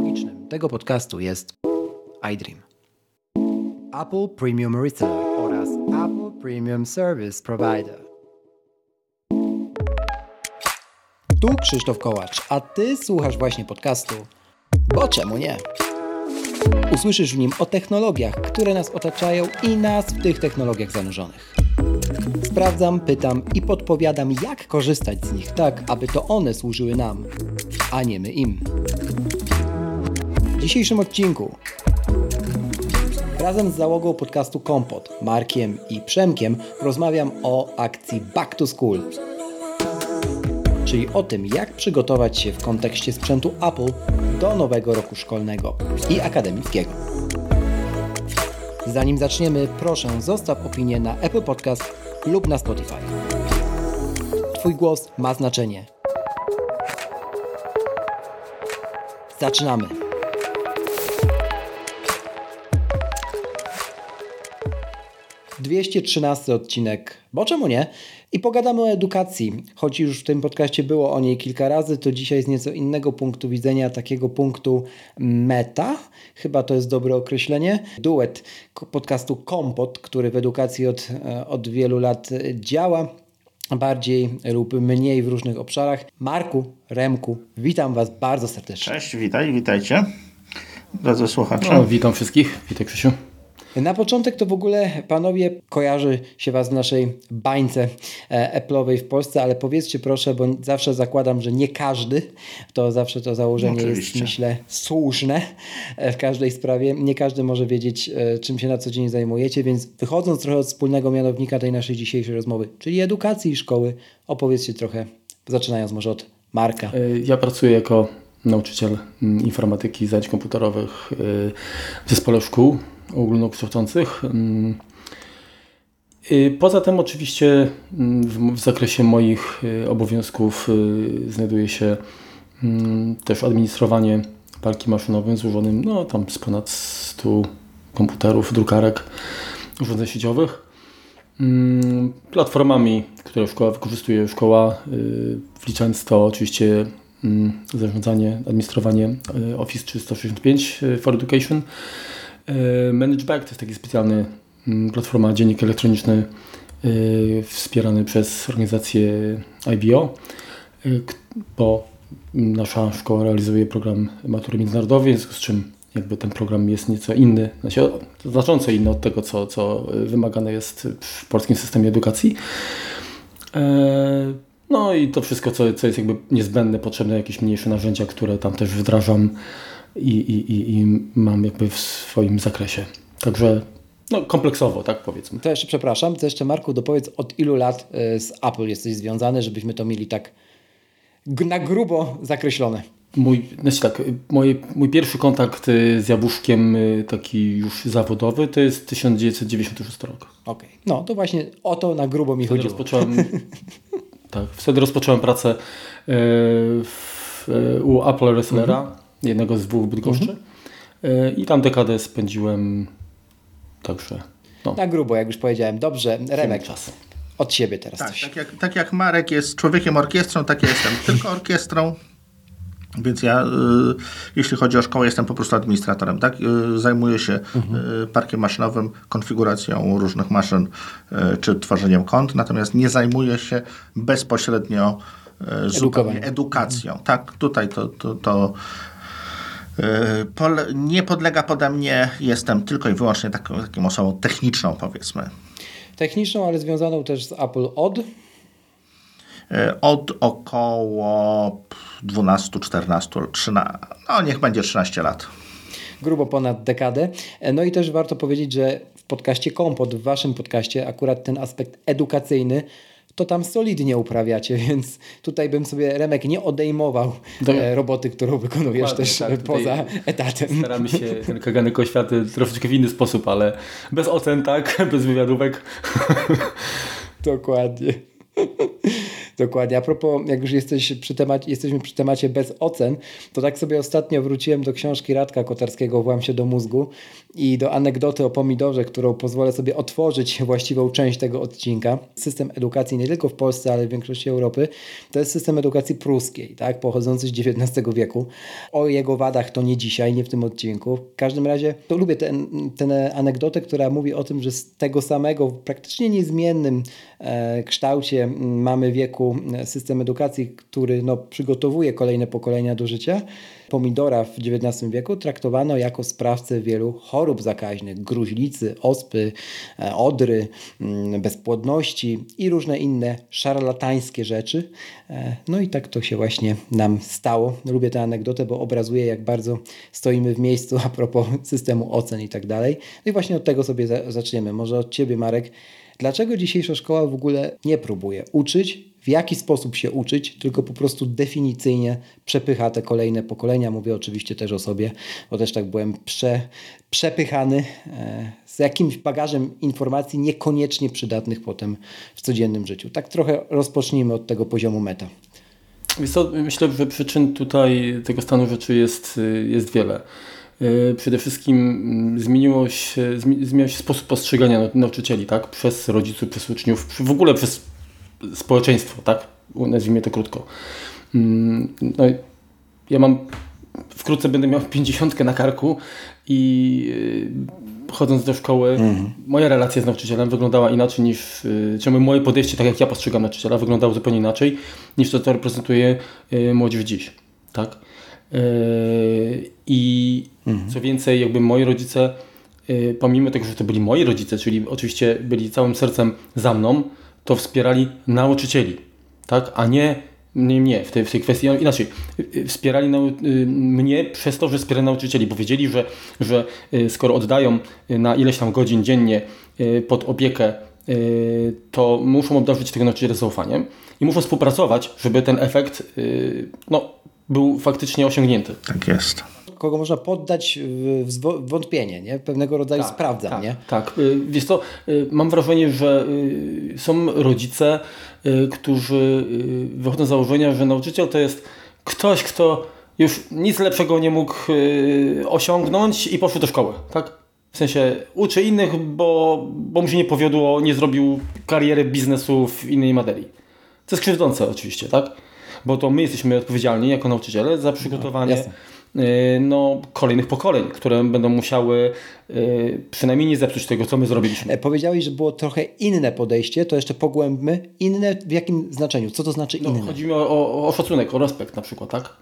technologicznym tego podcastu jest iDream, Apple Premium Reseller oraz Apple Premium Service Provider. Tu Krzysztof Kołacz, a Ty słuchasz właśnie podcastu, bo czemu nie? Usłyszysz w nim o technologiach, które nas otaczają i nas w tych technologiach zanurzonych. Sprawdzam, pytam i podpowiadam, jak korzystać z nich tak, aby to one służyły nam, a nie my im. W dzisiejszym odcinku razem z załogą podcastu Kompot, Markiem i Przemkiem rozmawiam o akcji Back to School, czyli o tym, jak przygotować się w kontekście sprzętu Apple do nowego roku szkolnego i akademickiego. Zanim zaczniemy, proszę zostaw opinię na Apple Podcast lub na Spotify. Twój głos ma znaczenie. Zaczynamy! ...213 odcinek, bo czemu nie? I pogadamy o edukacji. Choć już w tym podcaście było o niej kilka razy, to dzisiaj z nieco innego punktu widzenia, takiego punktu meta. Chyba to jest dobre określenie. Duet podcastu Kompot, który w edukacji od wielu lat działa. Bardziej lub mniej w różnych obszarach. Marku, Remku, witam Was bardzo serdecznie. Cześć, witajcie. Drodzy słuchacze. Witam wszystkich. Witaj, Krzysiu. Na początek to w ogóle, panowie, kojarzy się Was w naszej bańce Apple'owej w Polsce, ale powiedzcie proszę, bo zawsze zakładam, że nie każdy, to zawsze to założenie jest, myślę, słuszne w każdej sprawie. Nie każdy może wiedzieć, czym się na co dzień zajmujecie, więc wychodząc trochę od wspólnego mianownika tej naszej dzisiejszej rozmowy, czyli edukacji i szkoły, opowiedzcie trochę, zaczynając może od Marka. Ja pracuję jako nauczyciel informatyki i zajęć komputerowych w zespole szkół ogólnokształcących. Poza tym oczywiście w zakresie moich obowiązków znajduje się też administrowanie parkiem maszynowym złożonym tam z ponad 100 komputerów, drukarek, urządzeń sieciowych. Platformami, które szkoła wykorzystuje, wliczając to oczywiście zarządzanie, administrowanie Office 365 for Education. ManageBack to jest taki specjalny platforma, dziennik elektroniczny wspierany przez organizację IBO, bo nasza szkoła realizuje program matury międzynarodowej, w związku z czym jakby ten program jest nieco inny, znacząco inny od tego, co wymagane jest w polskim systemie edukacji. No i to wszystko, co jest jakby niezbędne, potrzebne, jakieś mniejsze narzędzia, które tam też wdrażam i mam jakby w swoim zakresie. Także kompleksowo, tak powiedzmy. To jeszcze przepraszam, to jeszcze Marku dopowiedz, od ilu lat z Apple jesteś związany, żebyśmy to mieli tak na grubo zakreślone. Mój pierwszy kontakt z jabłuszkiem taki już zawodowy to jest 1996 rok. Okej. No to właśnie o to na grubo mi chodziło. Wtedy rozpocząłem pracę u Apple Resellera, jednego z dwóch w Bydgoszczy. I tam dekadę spędziłem także. Na grubo, jak już powiedziałem. Dobrze, Remek, od siebie teraz coś. Tak jak Marek jest człowiekiem orkiestrą, tak ja jestem tylko orkiestrą. Więc ja, jeśli chodzi o szkołę, jestem po prostu administratorem. Tak? Zajmuję się parkiem maszynowym, konfiguracją różnych maszyn, czy tworzeniem kont, natomiast nie zajmuję się bezpośrednio zupełnie edukacją. Tak, tutaj to nie podlega pode mnie, jestem tylko i wyłącznie taką osobą techniczną, powiedzmy. Techniczną, ale związaną też z Apple od około 12, 14, 13, niech będzie 13 lat. Grubo ponad dekadę. No i też warto powiedzieć, że w podcaście Kompot, w waszym podcaście, akurat ten aspekt edukacyjny, to tam solidnie uprawiacie, więc tutaj bym sobie, Remek, nie odejmował roboty, którą wykonujesz też poza etatem. Staramy się ten kaganek oświaty troszeczkę w inny sposób, ale bez ocen, tak? Bez wywiadówek. Dokładnie. Dokładnie. A propos, jak już jesteśmy przy temacie bez ocen, to tak sobie ostatnio wróciłem do książki Radka Kotarskiego Włam się do mózgu i do anegdoty o pomidorze, którą pozwolę sobie otworzyć właściwą część tego odcinka. System edukacji nie tylko w Polsce, ale w większości Europy, to jest system edukacji pruskiej, tak, pochodzący z XIX wieku. O jego wadach to nie dzisiaj, nie w tym odcinku. W każdym razie to lubię tę anegdotę, która mówi o tym, że z tego samego, praktycznie niezmiennym kształcie mamy wieku system edukacji, który przygotowuje kolejne pokolenia do życia. Pomidora w XIX wieku traktowano jako sprawcę wielu chorób zakaźnych, gruźlicy, ospy, odry, bezpłodności i różne inne szarlatańskie rzeczy. No i tak to się właśnie nam stało. Lubię tę anegdotę, bo obrazuje, jak bardzo stoimy w miejscu a propos systemu ocen i tak dalej. No i właśnie od tego sobie zaczniemy. Może od Ciebie, Marek. Dlaczego dzisiejsza szkoła w ogóle nie próbuje uczyć, w jaki sposób się uczyć, tylko po prostu definicyjnie przepycha te kolejne pokolenia? Mówię oczywiście też o sobie, bo też tak byłem przepychany z jakimś bagażem informacji niekoniecznie przydatnych potem w codziennym życiu. Tak trochę rozpocznijmy od tego poziomu meta. Myślę, że przyczyn tutaj tego stanu rzeczy jest wiele. Przede wszystkim zmienił się sposób postrzegania nauczycieli, tak? Przez rodziców, przez uczniów, w ogóle przez społeczeństwo, tak? Nazwijmy to krótko. No, ja wkrótce będę miał 50 na karku i chodząc do szkoły, moja relacja z nauczycielem wyglądała inaczej niż, moje podejście, tak jak ja postrzegam nauczyciela, wyglądało zupełnie inaczej niż to, co reprezentuje młodzież dziś, tak? I co więcej, jakby moi rodzice, pomimo tego, że to byli moi rodzice, czyli oczywiście byli całym sercem za mną, to wspierali nauczycieli, tak? A nie mnie w tej kwestii. Inaczej, wspierali mnie przez to, że wspierali nauczycieli, bo wiedzieli, że skoro oddają na ileś tam godzin dziennie pod opiekę, to muszą obdarzyć tego nauczyciela zaufaniem i muszą współpracować, żeby ten efekt był faktycznie osiągnięty. Tak jest. Kogo można poddać w wątpienie, nie? Pewnego rodzaju sprawdzam, nie? Tak. Wiesz co, mam wrażenie, że są rodzice, którzy wychodzą z założenia, że nauczyciel to jest ktoś, kto już nic lepszego nie mógł osiągnąć i poszedł do szkoły, tak? W sensie uczy innych, bo mu się nie powiodło, nie zrobił kariery biznesu w innej materii. To jest krzywdzące oczywiście, tak? Bo to my jesteśmy odpowiedzialni jako nauczyciele za przygotowanie kolejnych pokoleń, które będą musiały przynajmniej nie zepsuć tego, co my zrobiliśmy. Powiedziałeś, że było trochę inne podejście, to jeszcze pogłębmy. Inne w jakim znaczeniu? Co to znaczy inne? Chodzi mi o szacunek, o respekt na przykład, tak?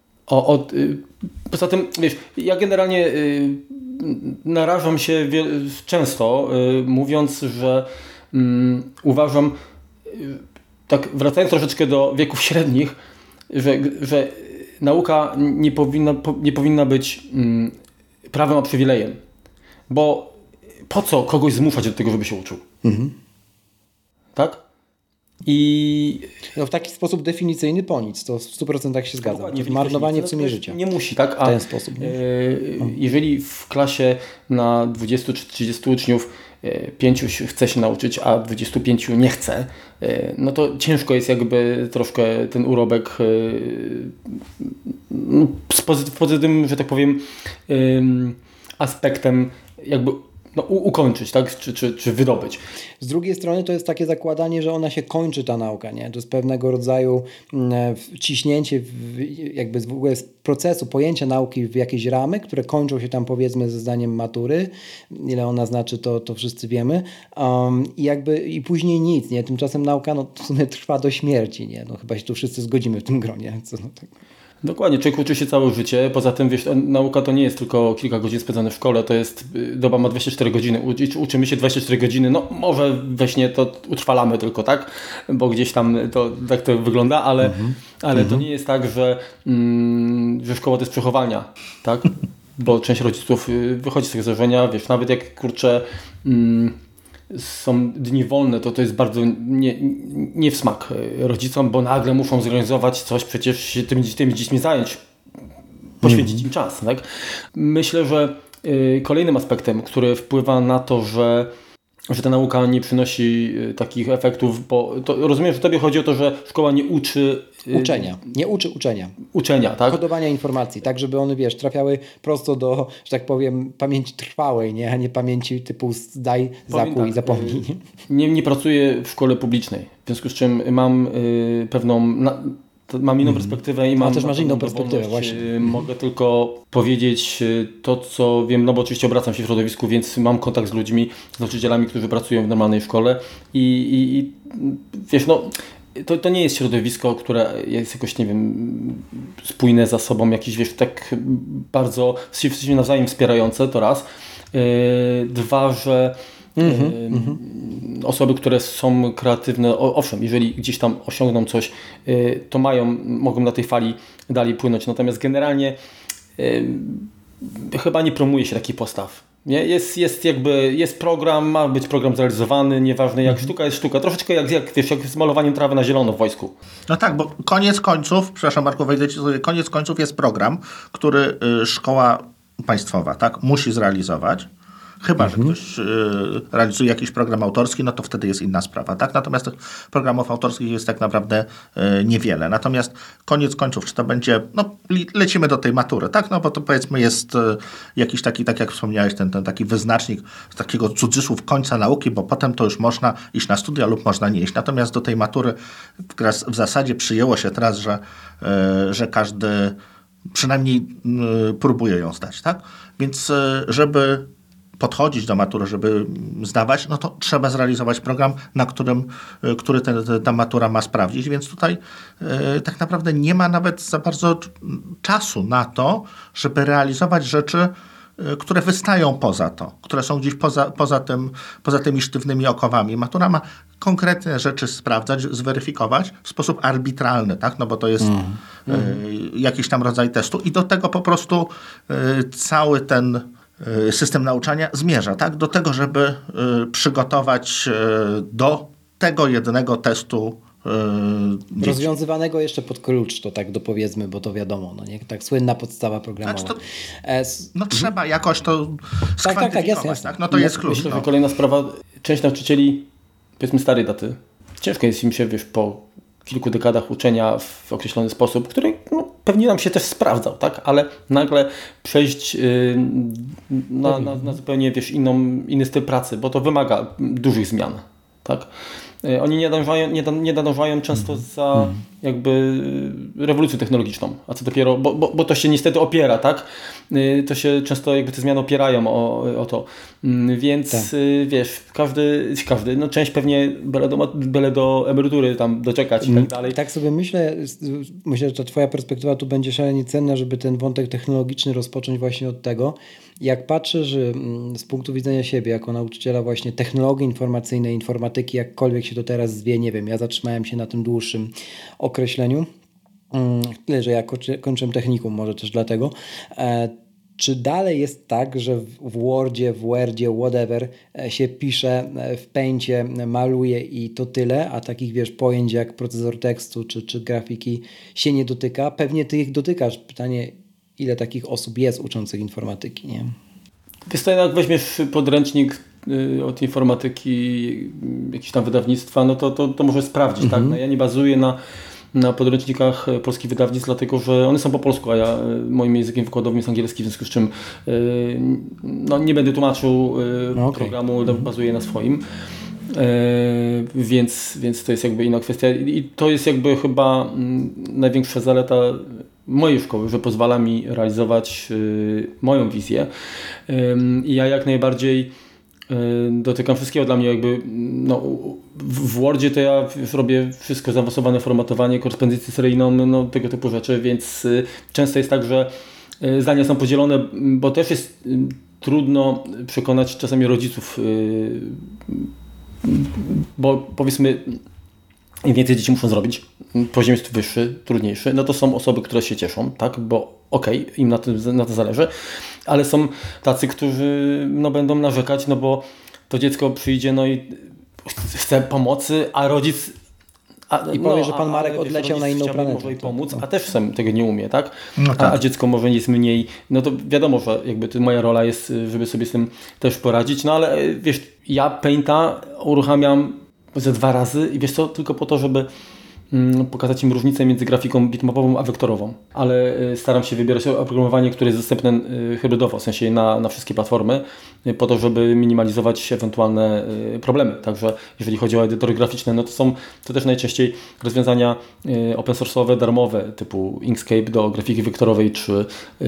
Poza tym, wiesz, ja generalnie narażam się często, mówiąc, że uważam, tak wracając troszeczkę do wieków średnich, że nauka nie powinna być prawem a przywilejem. Bo po co kogoś zmuszać do tego, żeby się uczył? Tak? I w taki sposób definicyjny po nic. To w 100% się zgadzam. To marnowanie w sumie życia. Nie musi, tak? W ten sposób. Jeżeli w klasie na 20 czy 30 uczniów 5 chce się nauczyć, a 25 nie chce, no to ciężko jest jakby troszkę ten urobek z pozytywnym, że tak powiem, aspektem jakby ukończyć, tak? Czy wydobyć. Z drugiej strony to jest takie zakładanie, że ona się kończy, ta nauka, nie? To jest pewnego rodzaju ciśnięcie jakby w ogóle z procesu pojęcia nauki w jakieś ramy, które kończą się tam powiedzmy ze zdaniem matury. Ile ona znaczy, to wszyscy wiemy. I później nic, nie? Tymczasem nauka w sumie trwa do śmierci, nie? Chyba się tu wszyscy zgodzimy w tym gronie. Tak. Dokładnie, człowiek uczy się całe życie, poza tym wiesz, nauka to nie jest tylko kilka godzin spędzonych w szkole, to jest, doba ma 24 godziny, uczymy się 24 godziny, może we śnie to utrwalamy tylko, tak, bo gdzieś tam tak to wygląda, ale to nie jest tak, że szkoła to jest przechowalnia, tak, bo część rodziców wychodzi z tego założenia, wiesz, nawet jak są dni wolne, to jest bardzo nie w smak rodzicom, bo nagle muszą zorganizować coś, przecież się tymi dziećmi zająć, poświęcić im czas. Tak? Myślę, że kolejnym aspektem, który wpływa na to, że że ta nauka nie przynosi takich efektów, bo to rozumiem, że tobie chodzi o to, że szkoła nie uczy... Uczenia. Nie uczy uczenia. Uczenia, tak? Kodowania informacji, tak żeby one, trafiały prosto do, że tak powiem, pamięci trwałej, nie? A nie pamięci typu zdaj, zakuj i zapomnij. Nie pracuję w szkole publicznej, w związku z czym mam pewną... Mam inną perspektywę i mam... A też masz inną perspektywę, właśnie. Mogę tylko powiedzieć to, co wiem, no bo oczywiście obracam się w środowisku, więc mam kontakt z ludźmi, z nauczycielami, którzy pracują w normalnej szkole i wiesz, no to nie jest środowisko, które jest jakoś, nie wiem, spójne za sobą, jakieś, wiesz, tak bardzo się nawzajem wspierające, to raz. Dwa, że osoby, które są kreatywne, owszem, jeżeli gdzieś tam osiągną coś, to mogą na tej fali dalej płynąć. Natomiast generalnie chyba nie promuje się takich postaw. Nie? Jest program, ma być program zrealizowany, nieważne jak sztuka jest sztuka. Troszeczkę jak z malowaniem trawy na zielono w wojsku. No tak, bo koniec końców, przepraszam Marku, wejdę ci sobie, koniec końców jest program, który szkoła państwowa, tak, musi zrealizować. Chyba, że ktoś realizuje jakiś program autorski, no to wtedy jest inna sprawa, tak? Natomiast tych programów autorskich jest tak naprawdę niewiele. Natomiast koniec końców, czy to będzie, no lecimy do tej matury, tak? No bo to powiedzmy jest jakiś taki, tak jak wspomniałeś, ten taki wyznacznik z takiego cudzysłów końca nauki, bo potem to już można iść na studia lub można nie iść. Natomiast do tej matury w zasadzie przyjęło się teraz, że każdy przynajmniej próbuje ją zdać, tak? Więc żeby podchodzić do matury, żeby zdawać, no to trzeba zrealizować program, który ta matura ma sprawdzić, więc tutaj tak naprawdę nie ma nawet za bardzo czasu na to, żeby realizować rzeczy, które wystają poza to, które są gdzieś poza tymi sztywnymi okowami. Matura ma konkretne rzeczy sprawdzać, zweryfikować w sposób arbitralny, tak? No bo to jest jakiś tam rodzaj testu i do tego po prostu cały ten system nauczania zmierza, tak? Do tego, żeby przygotować do tego jednego testu rozwiązywanego jeszcze pod klucz, to tak dopowiedzmy, bo to wiadomo, no nie? Tak słynna podstawa programowa. Znaczy trzeba jakoś to skwantyfikować, jasne. tak? No to jest klucz. Myślę, że kolejna sprawa, część nauczycieli, powiedzmy starej daty, ciężko jest im się, po kilku dekadach uczenia w określony sposób, który pewnie nam się też sprawdzał, tak? Ale nagle przejść na zupełnie inny styl pracy, bo to wymaga dużych zmian, tak? Oni nie nadążają często za jakby rewolucją technologiczną, a co dopiero, bo to się niestety opiera, tak? To się często jakby te zmiany opierają o to. Więc tak. Każdy, no część pewnie byle do emerytury tam doczekać i tak dalej. Tak sobie myślę, że ta twoja perspektywa tu będzie szalenie cenna, żeby ten wątek technologiczny rozpocząć właśnie od tego. Jak patrzysz z punktu widzenia siebie, jako nauczyciela właśnie technologii informacyjnej, informatyki, jakkolwiek się to teraz zwie, nie wiem, ja zatrzymałem się na tym dłuższym określeniu, tyle, że ja kończyłem technikum, może też dlatego. Czy dalej jest tak, że w Wordzie, w Wordzie, whatever się pisze, w Paincie maluje i to tyle, a takich pojęć jak procesor tekstu czy grafiki się nie dotyka? Pewnie ty ich dotykasz. Pytanie, ile takich osób jest uczących informatyki, nie? Wiesz co, jak weźmiesz podręcznik od informatyki, jakieś tam wydawnictwa, no to możesz sprawdzić, tak? No ja nie bazuję na podręcznikach polskich wydawnictw, dlatego że one są po polsku, a moim językiem wykładowym jest angielski, w związku z czym nie będę tłumaczył programu, bazuję na swoim. Więc to jest jakby inna kwestia i to jest jakby chyba największa zaleta mojej szkoły, że pozwala mi realizować moją wizję i ja jak najbardziej dotykam wszystkiego. Dla mnie jakby w Wordzie to ja już robię wszystko, zaawansowane formatowanie, korespondencję seryjną, tego typu rzeczy, więc często jest tak, że zdania są podzielone, bo też jest trudno przekonać czasami rodziców, bo powiedzmy im więcej dzieci muszą zrobić, poziom jest wyższy, trudniejszy, no to są osoby, które się cieszą, tak, bo im na to zależy, ale są tacy, którzy będą narzekać, bo to dziecko przyjdzie i chce pomocy, I powie, że pan Marek odleciał na inną planetę. Może i pomóc, a też sam tego nie umie, tak? No tak. A dziecko może jest mniej, no to wiadomo, że jakby to moja rola jest, żeby sobie z tym też poradzić, no ale wiesz, ja Painta uruchamiam ze 2 razy i wiesz co, tylko po to, żeby pokazać im różnicę między grafiką bitmapową a wektorową, ale staram się wybierać oprogramowanie, które jest dostępne hybrydowo, w sensie na wszystkie platformy, po to, żeby minimalizować ewentualne problemy. Także jeżeli chodzi o edytory graficzne, no to są to też najczęściej rozwiązania open source'owe, darmowe, typu Inkscape do grafiki wektorowej czy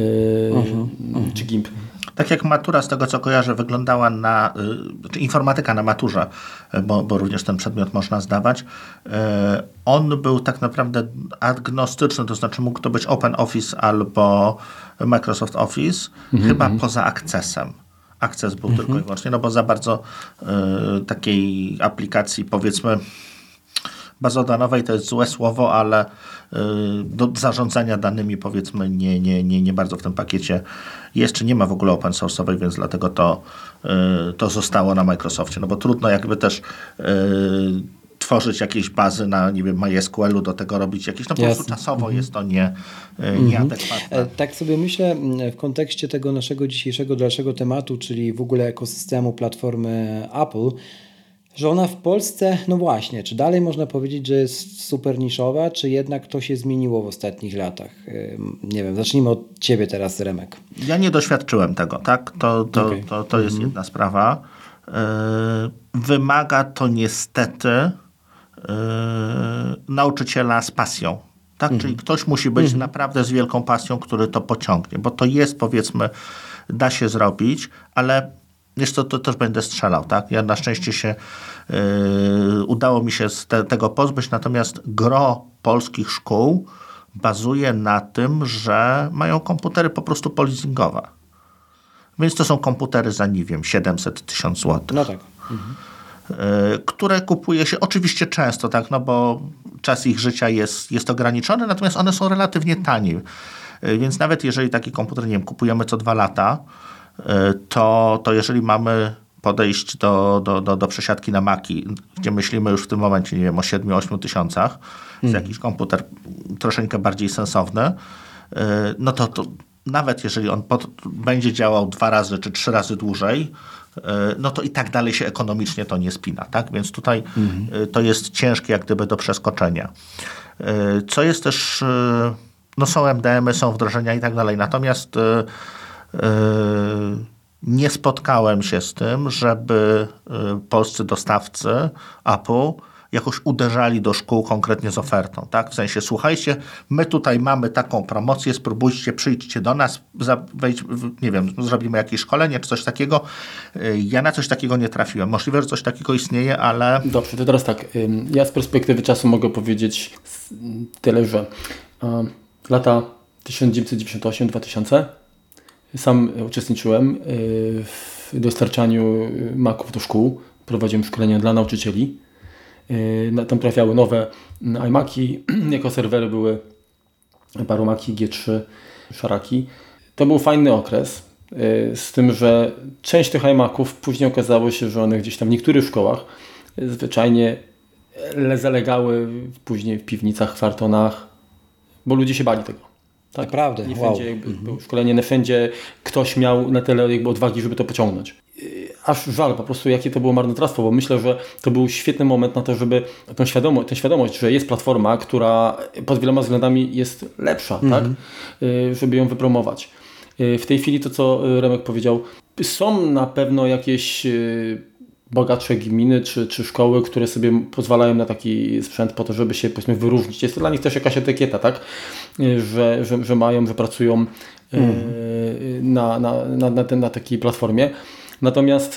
GIMP. Tak jak matura, z tego co kojarzę, wyglądała czy informatyka na maturze, bo również ten przedmiot można zdawać, on był tak naprawdę agnostyczny, to znaczy mógł to być Open Office albo Microsoft Office, chyba poza Accessem. Access był tylko i wyłącznie, no bo za bardzo takiej aplikacji, powiedzmy, bazodanowej to jest złe słowo, ale do zarządzania danymi, powiedzmy, nie bardzo w tym pakiecie jest, czy nie ma w ogóle open source'owej, więc dlatego to zostało na Microsoftie, no bo trudno jakby też tworzyć jakieś bazy na, nie wiem, MySQL-u, do tego robić jakieś, no po prostu czasowo jest to nieadekwatne. Tak sobie myślę w kontekście tego naszego dzisiejszego dalszego tematu, czyli w ogóle ekosystemu platformy Apple, że ona w Polsce, no właśnie, czy dalej można powiedzieć, że jest super niszowa, czy jednak to się zmieniło w ostatnich latach? Nie wiem, zacznijmy od ciebie teraz, Remek. Ja nie doświadczyłem tego, tak? To jest jedna sprawa. Wymaga to niestety nauczyciela z pasją. Tak? Czyli ktoś musi być naprawdę z wielką pasją, który to pociągnie, bo to jest, powiedzmy, da się zrobić, ale wiesz co, to też będę strzelał, tak? Ja na szczęście się udało mi się tego pozbyć, natomiast gro polskich szkół bazuje na tym, że mają komputery po prostu polizingowe. Więc to są komputery za, nie wiem, 700-1000 zł. No tak. Które kupuje się oczywiście często, tak? No bo czas ich życia jest ograniczony, natomiast one są relatywnie tanie. Więc nawet jeżeli taki komputer, nie wiem, kupujemy co 2 lata, to jeżeli mamy podejść do przesiadki na Maki, gdzie myślimy już w tym momencie, nie wiem, o 7-8 tysiącach, jest jakiś komputer troszeczkę bardziej sensowny, no to nawet jeżeli on będzie działał 2 razy czy 3 razy dłużej, no to i tak dalej się ekonomicznie to nie spina, tak? Więc tutaj to jest ciężkie jak gdyby do przeskoczenia. Co jest też, no są MDM-y, są wdrożenia i tak dalej, natomiast nie spotkałem się z tym, żeby polscy dostawcy Apple jakoś uderzali do szkół konkretnie z ofertą. Tak? W sensie, słuchajcie, my tutaj mamy taką promocję, spróbujcie, przyjdźcie do nas, nie wiem, zrobimy jakieś szkolenie czy coś takiego. Ja na coś takiego nie trafiłem. Możliwe, że coś takiego istnieje, ale... Dobrze, to teraz tak. Ja z perspektywy czasu mogę powiedzieć tyle, że lata 1998-2000 sam uczestniczyłem w dostarczaniu Maców do szkół. Prowadziłem szkolenia dla nauczycieli. Tam trafiały nowe iMaki. Jako serwery były Paromaki, G3, Szaraki. To był fajny okres. Z tym, że część tych iMaków później okazało się, że one gdzieś tam w niektórych szkołach zwyczajnie zalegały później w piwnicach, kwartonach, bo ludzie się bali tego. Tak, naprawdę. Nie wszędzie było szkolenie, nie wszędzie ktoś miał na tyle jakby odwagi, żeby to pociągnąć. Aż żal po prostu, jakie to było marnotrawstwo, bo myślę, że to był świetny moment na to, żeby tę świadomość, że jest platforma, która pod wieloma względami jest lepsza, tak? Żeby ją wypromować. W tej chwili to, co Remek powiedział, są na pewno jakieś bogatsze gminy czy szkoły, które sobie pozwalają na taki sprzęt po to, żeby się, powiedzmy, wyróżnić. Jest to dla nich też jakaś etykieta, tak? Że mają, że pracują na takiej platformie. Natomiast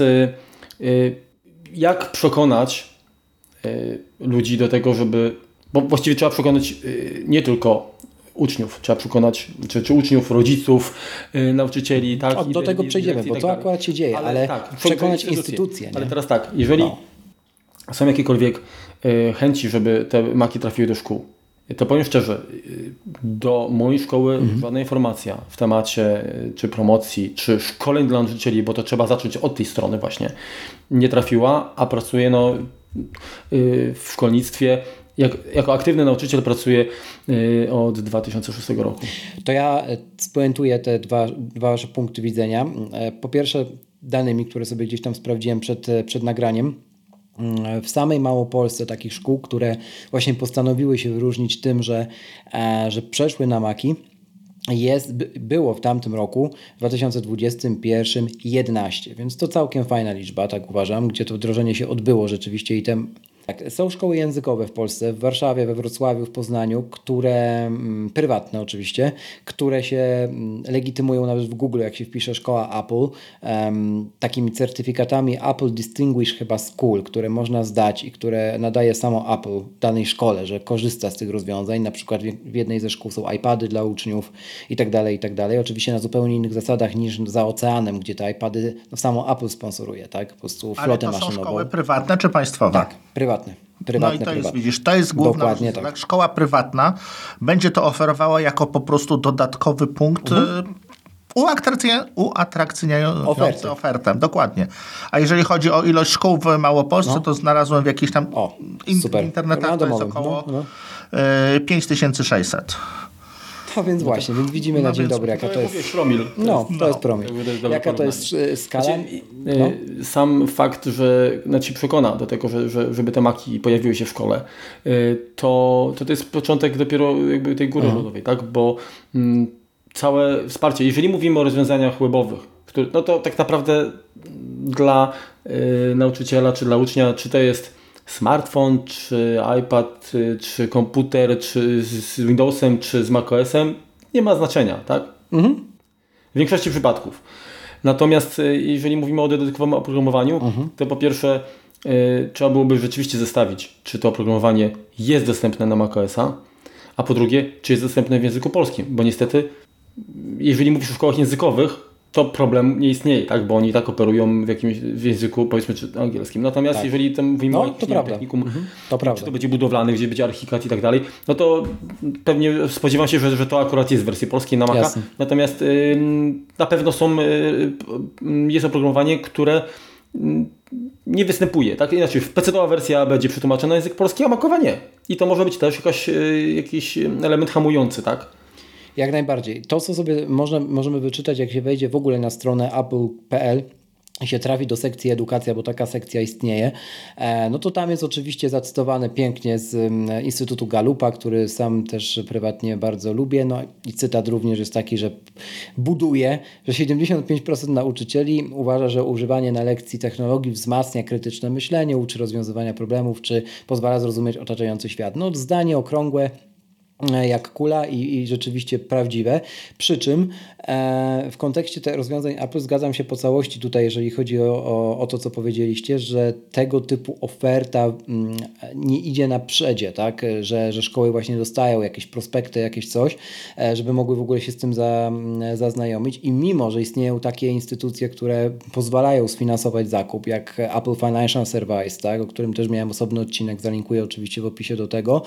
jak przekonać ludzi do tego, żeby... Bo właściwie trzeba przekonać nie tylko uczniów, trzeba przekonać czy uczniów, rodziców, nauczycieli. Tak, do tego przejdziemy, bo to akurat się dzieje, ale tak, przekonać instytucje. Ale teraz tak, jeżeli są jakiekolwiek chęci, żeby te Maki trafiły do szkół, to powiem szczerze, do mojej szkoły żadna informacja w temacie czy promocji, czy szkoleń dla nauczycieli, bo to trzeba zacząć od tej strony właśnie, nie trafiła, a pracuję w szkolnictwie jako aktywny nauczyciel pracuję od 2006 roku. To ja spuentuję te dwa wasze punkty widzenia. Po pierwsze danymi, które sobie gdzieś tam sprawdziłem przed nagraniem. W samej Małopolsce takich szkół, które właśnie postanowiły się wyróżnić tym, że przeszły na Maki, było w tamtym roku, w 2021 11, więc to całkiem fajna liczba, tak uważam, gdzie to wdrożenie się odbyło rzeczywiście i tak, są szkoły językowe w Polsce, w Warszawie, we Wrocławiu, w Poznaniu, które, prywatne oczywiście, które się legitymują nawet w Google, jak się wpisze szkoła Apple, takimi certyfikatami Apple Distinguished chyba School, które można zdać i które nadaje samo Apple danej szkole, że korzysta z tych rozwiązań. Na przykład w jednej ze szkół są iPady dla uczniów i tak dalej, i tak dalej. Oczywiście na zupełnie innych zasadach niż za oceanem, gdzie te iPady samo Apple sponsoruje, tak? Po prostu flotę maszynową. Ale to są szkoły prywatne czy państwowe? Tak, prywatne. No i to jest, widzisz, to jest główna różnica. Tak. Szkoła prywatna będzie to oferowała jako po prostu dodatkowy punkt uatrakcyjniający ofertę. Dokładnie. A jeżeli chodzi o ilość szkół w Małopolsce, to znalazłem w jakichś tam internetach, to jest około 5600. No więc właśnie, więc widzimy na dzień dobry, jaka to jest promil. To jest promil. Jaka to jest skala? Sam fakt, że ci przekona do tego, żeby te Maki pojawiły się w szkole, to jest początek dopiero jakby tej góry lodowej, tak? Bo całe wsparcie, jeżeli mówimy o rozwiązaniach webowych, no to tak naprawdę dla nauczyciela czy dla ucznia, czy to jest smartfon, czy iPad, czy komputer, czy z Windowsem, czy z macOSem, nie ma znaczenia, tak? W większości przypadków. Natomiast jeżeli mówimy o dodatkowym oprogramowaniu, to po pierwsze trzeba byłoby rzeczywiście zestawić, czy to oprogramowanie jest dostępne na macOSa, a po drugie, czy jest dostępne w języku polskim, bo niestety, jeżeli mówisz o szkołach językowych, to problem nie istnieje, tak? Bo oni tak operują w języku, powiedzmy, czy angielskim. Natomiast jeżeli tam mówimy o technikum, czy to będzie budowlane, gdzie będzie archikat i tak dalej, no to pewnie spodziewam się, że to akurat jest w wersji polskiej na Maca. Jasne. Natomiast na pewno jest oprogramowanie, które nie występuje, tak? Inaczej, PC-owa wersja będzie przetłumaczona na język polski, a Macowa nie. I to może być też jakiś element hamujący, tak? Jak najbardziej. To, co sobie możemy wyczytać, jak się wejdzie w ogóle na stronę apple.pl i się trafi do sekcji edukacja, bo taka sekcja istnieje, no to tam jest oczywiście zacytowane pięknie z Instytutu Gallupa, który sam też prywatnie bardzo lubię. No i cytat również jest taki, że buduje, że 75% nauczycieli uważa, że używanie na lekcji technologii wzmacnia krytyczne myślenie, uczy rozwiązywania problemów, czy pozwala zrozumieć otaczający świat. No zdanie okrągłe, jak kula i rzeczywiście prawdziwe. Przy czym w kontekście tych rozwiązań Apple zgadzam się po całości tutaj, jeżeli chodzi o to, co powiedzieliście, że tego typu oferta nie idzie na przedzie, tak? Że szkoły właśnie dostają jakieś prospekty, jakieś coś, żeby mogły w ogóle się z tym zaznajomić i mimo, że istnieją takie instytucje, które pozwalają sfinansować zakup, jak Apple Financial Service, tak? O którym też miałem osobny odcinek, zalinkuję oczywiście w opisie do tego,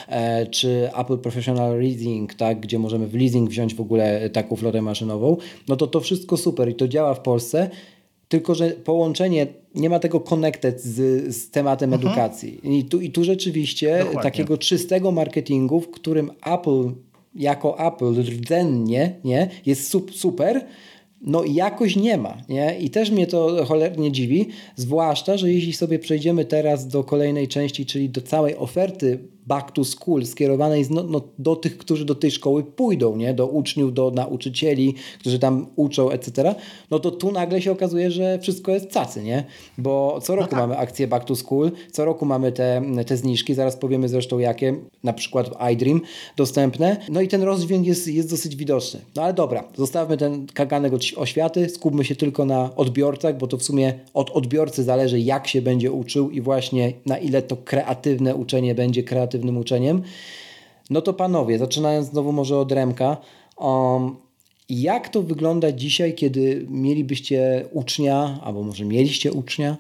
czy Apple Professional Leasing, tak, gdzie możemy w leasing wziąć w ogóle taką flotę maszynową, no to wszystko super i to działa w Polsce, tylko że połączenie, nie ma tego connected z tematem edukacji. I tu rzeczywiście dokładnie. Takiego czystego marketingu, w którym Apple jako Apple rdzennie jest super, no jakoś nie ma. Nie? I też mnie to cholernie dziwi, zwłaszcza, że jeśli sobie przejdziemy teraz do kolejnej części, czyli do całej oferty back to school skierowanej do tych, którzy do tej szkoły pójdą, nie? Do uczniów, do nauczycieli, którzy tam uczą, etc., no to tu nagle się okazuje, że wszystko jest cacy, nie? Bo co roku mamy akcję back to school, co roku mamy te zniżki, zaraz powiemy zresztą jakie, na przykład w iDream dostępne, no i ten rozdźwięk jest dosyć widoczny. No ale dobra, zostawmy ten kaganek od oświaty, skupmy się tylko na odbiorcach, bo to w sumie od odbiorcy zależy, jak się będzie uczył i właśnie na ile to kreatywne uczenie będzie kreatywnym uczeniem. No to panowie, zaczynając znowu może od Remka, jak to wygląda dzisiaj, kiedy mielibyście ucznia, albo może mieliście ucznia,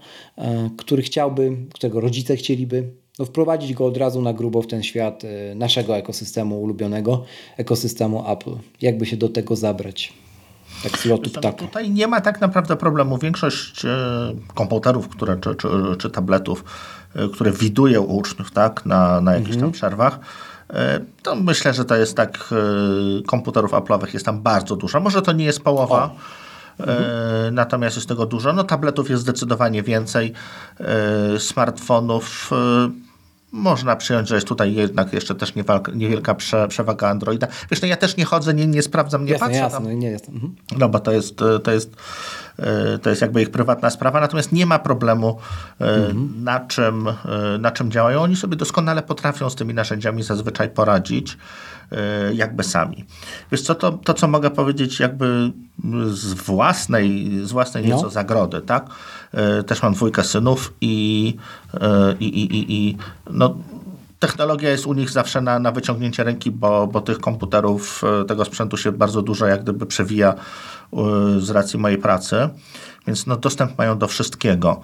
którego rodzice chcieliby wprowadzić go od razu na grubo w ten świat naszego ekosystemu ulubionego, ekosystemu Apple. Jakby się do tego zabrać? Tak z lotu ptaka. Tutaj nie ma tak naprawdę problemu. Większość komputerów, czy tabletów które widuje u uczniów, tak, na jakichś tam przerwach, to myślę, że to jest tak, komputerów Apple'owych jest tam bardzo dużo. Może to nie jest połowa, natomiast jest tego dużo. No, tabletów jest zdecydowanie więcej, smartfonów. Można przyjąć, że jest tutaj jednak jeszcze też niewielka przewaga Androida. Wiesz, no ja też nie chodzę, nie sprawdzam, nie patrzę tam. Nie jestem. No bo to jest jakby ich prywatna sprawa, natomiast nie ma problemu, na czym działają. Oni sobie doskonale potrafią z tymi narzędziami zazwyczaj poradzić jakby sami. Wiesz co, to co mogę powiedzieć jakby z własnej nieco zagrody, tak? Też mam 2 synów i no, technologia jest u nich zawsze na wyciągnięcie ręki, bo tych komputerów, tego sprzętu się bardzo dużo jak gdyby przewija z racji mojej pracy, więc no, dostęp mają do wszystkiego.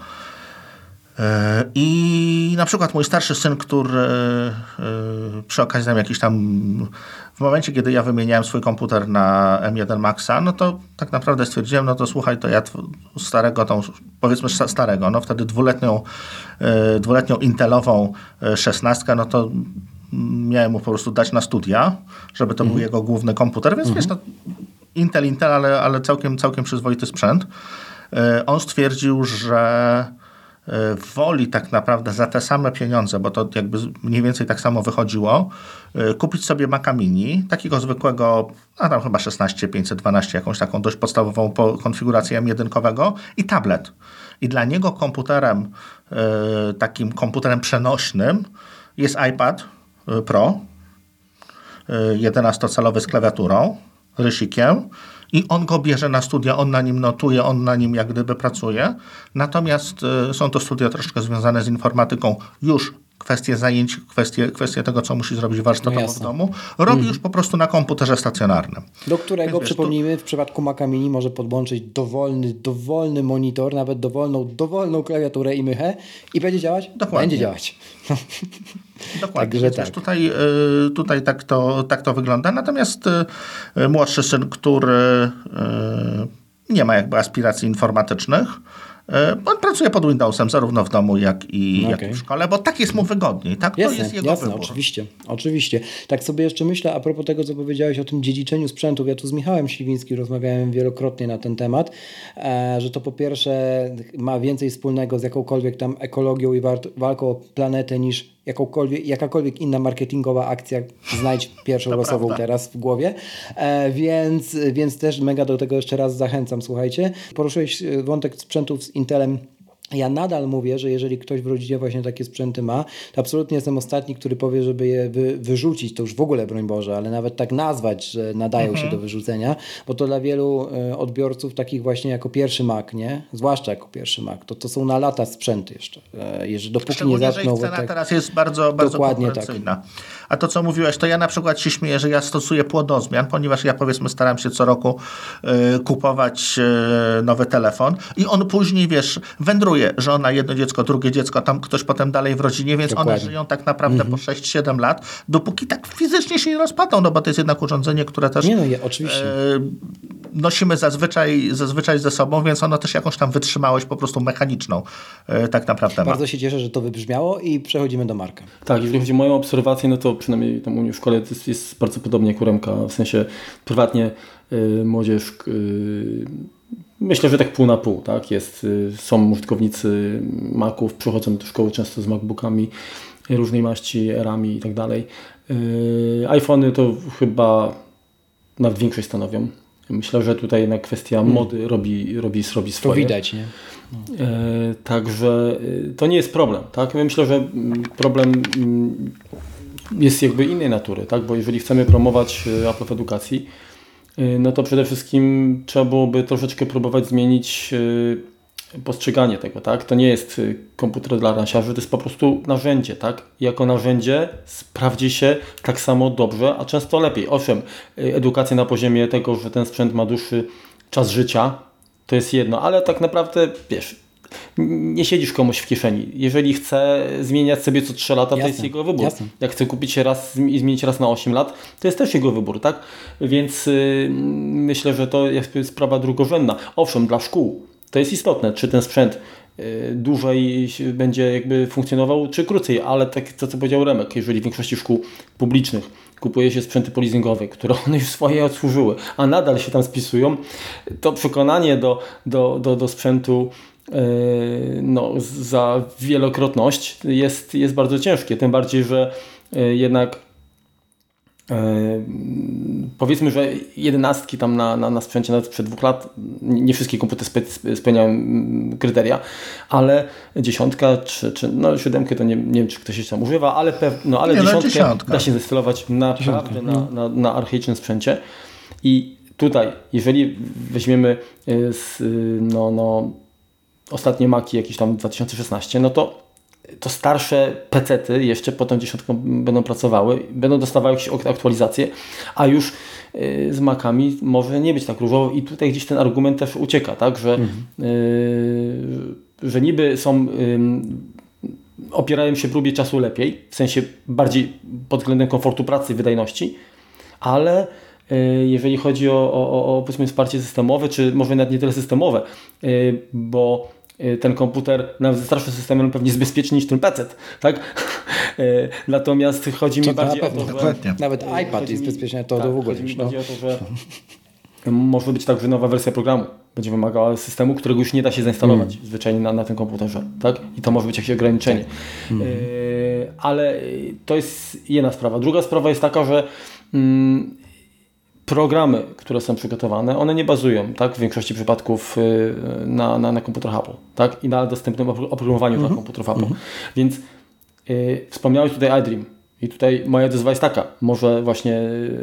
I na przykład mój starszy syn, który przy okazji tam jakiś tam w momencie, kiedy ja wymieniałem swój komputer na M1 Maxa, no to tak naprawdę stwierdziłem, no to słuchaj, to ja powiedzmy starego, no wtedy dwuletnią Intelową 16, no to miałem mu po prostu dać na studia, żeby to był jego główny komputer, więc wiesz, no Intel, ale całkiem przyzwoity sprzęt. On stwierdził, że woli tak naprawdę za te same pieniądze, bo to jakby mniej więcej tak samo wychodziło, kupić sobie Maca Mini, takiego zwykłego, a tam chyba 16512, jakąś taką dość podstawową konfigurację M1 i tablet. I dla niego komputerem, takim komputerem przenośnym jest iPad Pro, 11-calowy z klawiaturą, rysikiem, i on go bierze na studia, on na nim notuje, on na nim jak gdyby pracuje. Natomiast są to studia troszkę związane z informatyką. Już kwestie zajęć, kwestie tego, co musi zrobić warsztatowo w domu, robi już po prostu na komputerze stacjonarnym. Do którego, przypomnijmy, w przypadku Maca Mini może podłączyć dowolny monitor, nawet dowolną klawiaturę i mychę i będzie działać? Dokładnie. Będzie działać. Dokładnie. Także tak. Tutaj tak to wygląda. Natomiast młodszy syn, który nie ma jakby aspiracji informatycznych, on pracuje pod Windowsem zarówno w domu, jak i w szkole, bo tak jest mu wygodniej. Tak? To jest jego wybór. Oczywiście. Tak sobie jeszcze myślę, a propos tego, co powiedziałeś o tym dziedziczeniu sprzętów. Ja tu z Michałem Śliwińskim rozmawiałem wielokrotnie na ten temat, że to po pierwsze ma więcej wspólnego z jakąkolwiek tam ekologią i walką o planetę niż jakakolwiek inna marketingowa akcja, znajdź pierwszą losową teraz w głowie, więc też mega do tego jeszcze raz zachęcam. Słuchajcie, poruszyłeś wątek sprzętów z Intelem. Ja nadal mówię, że jeżeli ktoś w rodzinie właśnie takie sprzęty ma, to absolutnie jestem ostatni, który powie, żeby je wyrzucić, to już w ogóle broń Boże, ale nawet tak nazwać, że nadają się do wyrzucenia, bo to dla wielu odbiorców takich właśnie jako pierwszy Mac, nie? Zwłaszcza jako pierwszy Mac, to są na lata sprzęty jeszcze. Dopóki nie zaczną... Że ich cena teraz jest bardzo konkurencyjna. Tak. A to, co mówiłeś, to ja na przykład się śmieję, że ja stosuję płodozmian, ponieważ ja powiedzmy staram się co roku kupować nowy telefon i on później, wiesz, wędruje, żona, jedno dziecko, drugie dziecko, tam ktoś potem dalej w rodzinie, więc one żyją tak naprawdę po 6-7 lat, dopóki tak fizycznie się nie rozpadą, no bo to jest jednak urządzenie, które też oczywiście. Nosimy zazwyczaj ze sobą, więc ono też jakąś tam wytrzymałość po prostu mechaniczną tak naprawdę ma. Bardzo się cieszę, że to wybrzmiało i przechodzimy do Marka. Tak, jeżeli chodzi o moją obserwację, no to przynajmniej tam u mnie w szkole jest bardzo podobnie jak u Remka, w sensie prywatnie młodzież myślę, że tak pół na pół, tak? Są użytkownicy Maców, przychodzą do szkoły często z MacBookami różnej maści, erami i tak dalej. iPhony to chyba nawet większość stanowią. Myślę, że tutaj jednak kwestia mody robi swoje. To widać, nie? No. Także to nie jest problem, tak? Myślę, że problem jest jakby innej natury, tak? Bo jeżeli chcemy promować Apple w edukacji, no to przede wszystkim trzeba byłoby troszeczkę próbować zmienić postrzeganie tego, tak? To nie jest komputer dla ransiarzy, to jest po prostu narzędzie, tak? I jako narzędzie sprawdzi się tak samo dobrze, a często lepiej. Owszem, edukacja na poziomie tego, że ten sprzęt ma dłuższy czas życia, to jest jedno, ale tak naprawdę, wiesz, nie siedzisz komuś w kieszeni. Jeżeli chce zmieniać sobie co 3 lata, to jest jego wybór. Jasne. Jak chce kupić się raz i zmienić raz na 8 lat, to jest też jego wybór, tak? Więc myślę, że to jest sprawa drugorzędna. Owszem, dla szkół to jest istotne, czy ten sprzęt dłużej będzie jakby funkcjonował, czy krócej, ale tak to, co powiedział Remek, jeżeli w większości szkół publicznych kupuje się sprzęty polizingowe, które one już swoje odsłużyły, a nadal się tam spisują, to przekonanie do sprzętu za wielokrotność jest bardzo ciężkie, tym bardziej, że jednak powiedzmy, że 11 tam na sprzęcie nawet sprzed 2 lat, nie wszystkie komputery spełniają kryteria, ale 10 czy 7 to nie wiem, czy ktoś się tam używa, ale 10 da się zainstalować naprawdę na archaicznym sprzęcie. I tutaj, jeżeli weźmiemy ostatnie Maki jakieś tam 2016, no to starsze PC-ty jeszcze po tą 10 będą pracowały, będą dostawały jakieś aktualizacje, a już z Macami może nie być tak różowo i tutaj gdzieś ten argument też ucieka, tak, że niby są opierają się próbie czasu lepiej, w sensie bardziej pod względem komfortu pracy i wydajności, ale jeżeli chodzi o powiedzmy wsparcie systemowe, czy może nawet nie tyle systemowe, bo ten komputer nawet ze starszym systemem pewnie jest bezpieczny niż ten PC, tak? Natomiast chodzi mi bardziej o to, że... Nawet iPad jest bezpieczny, to w ogóle. Chodzi mi bardziej o to, że może być tak, że nowa wersja programu będzie wymagała systemu, którego już nie da się zainstalować zwyczajnie na tym komputerze, tak? I to może być jakieś ograniczenie. Ale to jest jedna sprawa. Druga sprawa jest taka, że programy, które są przygotowane, one nie bazują, tak, w większości przypadków na komputerach Apple, tak, i na dostępnym oprogramowaniu dla komputerów Apple. Więc wspomniałeś tutaj iDream i tutaj moja odezwa jest taka, może właśnie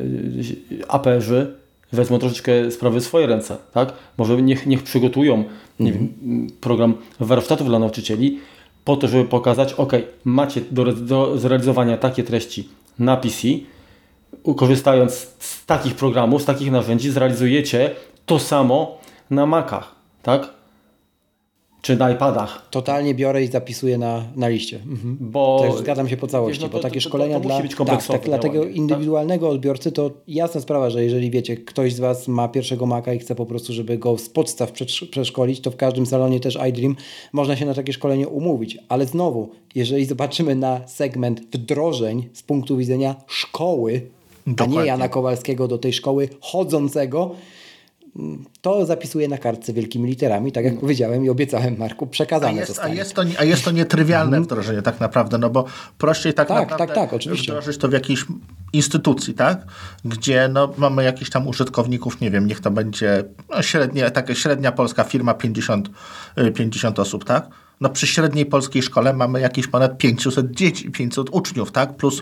APR-zy wezmą troszeczkę sprawy w swoje ręce, tak, może niech przygotują nie wiem, program warsztatów dla nauczycieli po to, żeby pokazać, macie do zrealizowania takie treści na PC, korzystając z takich programów, z takich narzędzi, zrealizujecie to samo na Macach, tak? Czy na iPadach. Totalnie biorę i zapisuję na liście. Bo też zgadzam się po całości, bo takie szkolenia dla tego indywidualnego odbiorcy to jasna sprawa, że jeżeli wiecie, ktoś z Was ma pierwszego Maca i chce po prostu, żeby go z podstaw przeszkolić, to w każdym salonie też iDream można się na takie szkolenie umówić. Ale znowu, jeżeli zobaczymy na segment wdrożeń z punktu widzenia szkoły, dokładnie, a nie Jana Kowalskiego do tej szkoły chodzącego, to zapisuję na kartce wielkimi literami, tak jak powiedziałem i obiecałem, Marku, przekazane zostanie. A jest to nietrywialne wdrożenie tak naprawdę, no bo prościej naprawdę oczywiście wdrożyć to w jakiejś instytucji, tak? Gdzie mamy jakichś tam użytkowników, nie wiem, niech to będzie średnia polska firma 50 osób, tak? No przy średniej polskiej szkole mamy jakieś ponad 500 dzieci, 500 uczniów, tak? Plus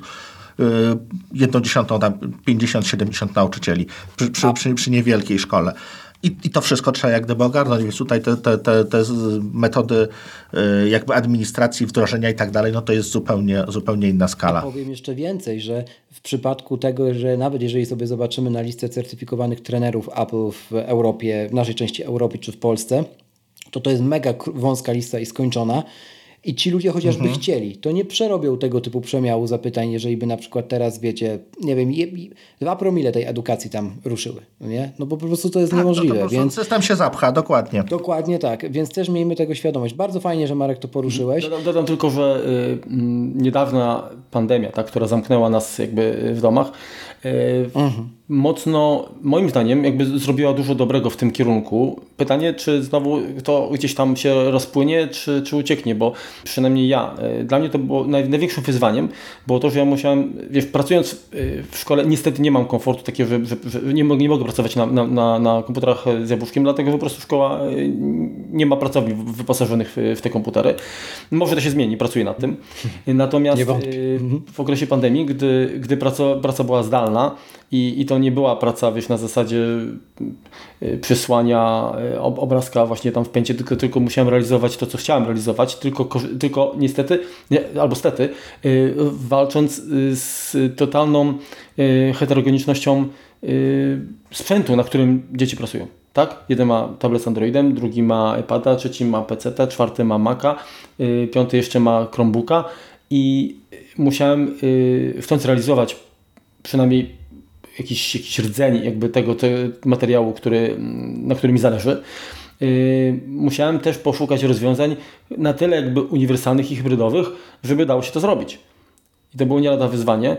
1/10, tam 50-70 nauczycieli przy niewielkiej szkole. I to wszystko trzeba jak gdyby ogarnąć, więc tutaj te metody jakby administracji, wdrożenia i tak dalej, no to jest zupełnie inna skala. A powiem jeszcze więcej, że w przypadku tego, że nawet jeżeli sobie zobaczymy na listę certyfikowanych trenerów Apple w Europie, w naszej części Europy czy w Polsce, to jest mega wąska lista i skończona. I ci ludzie chociażby chcieli, to nie przerobią tego typu przemiału zapytań, jeżeli by na przykład teraz, wiecie, nie wiem, 2 promile tej edukacji tam ruszyły, nie? No bo po prostu to jest niemożliwe. To więc system się zapcha, dokładnie. Dokładnie tak, więc też miejmy tego świadomość. Bardzo fajnie, że Marek to poruszyłeś. Dodam tylko, że niedawna pandemia, ta, która zamknęła nas jakby w domach, mocno, moim zdaniem, jakby zrobiła dużo dobrego w tym kierunku. Pytanie, czy znowu to gdzieś tam się rozpłynie, czy ucieknie, bo przynajmniej dla mnie to było największym wyzwaniem, było to, że ja musiałem, pracując w szkole, niestety nie mam komfortu takiego, że nie mogę pracować na komputerach z jabłuszkiem, dlatego że po prostu szkoła nie ma pracowni wyposażonych w te komputery. Może to się zmieni, pracuję nad tym. Natomiast w okresie pandemii, gdy praca była zdalna i to nie była praca, na zasadzie przysłania obrazka właśnie tam w pęcie, tylko musiałem realizować to, co chciałem realizować, tylko niestety, albo stety, walcząc z totalną heterogenicznością sprzętu, na którym dzieci pracują. Tak? Jeden ma tablet z Androidem, drugi ma iPada, trzeci ma PC-ta, czwarty ma Maca, piąty jeszcze ma Chromebooka i musiałem chcąc realizować przynajmniej jakiś rdzeń jakby tego materiału, na którym mi zależy, musiałem też poszukać rozwiązań na tyle jakby uniwersalnych i hybrydowych, żeby dało się to zrobić. I to było nie lada wyzwanie.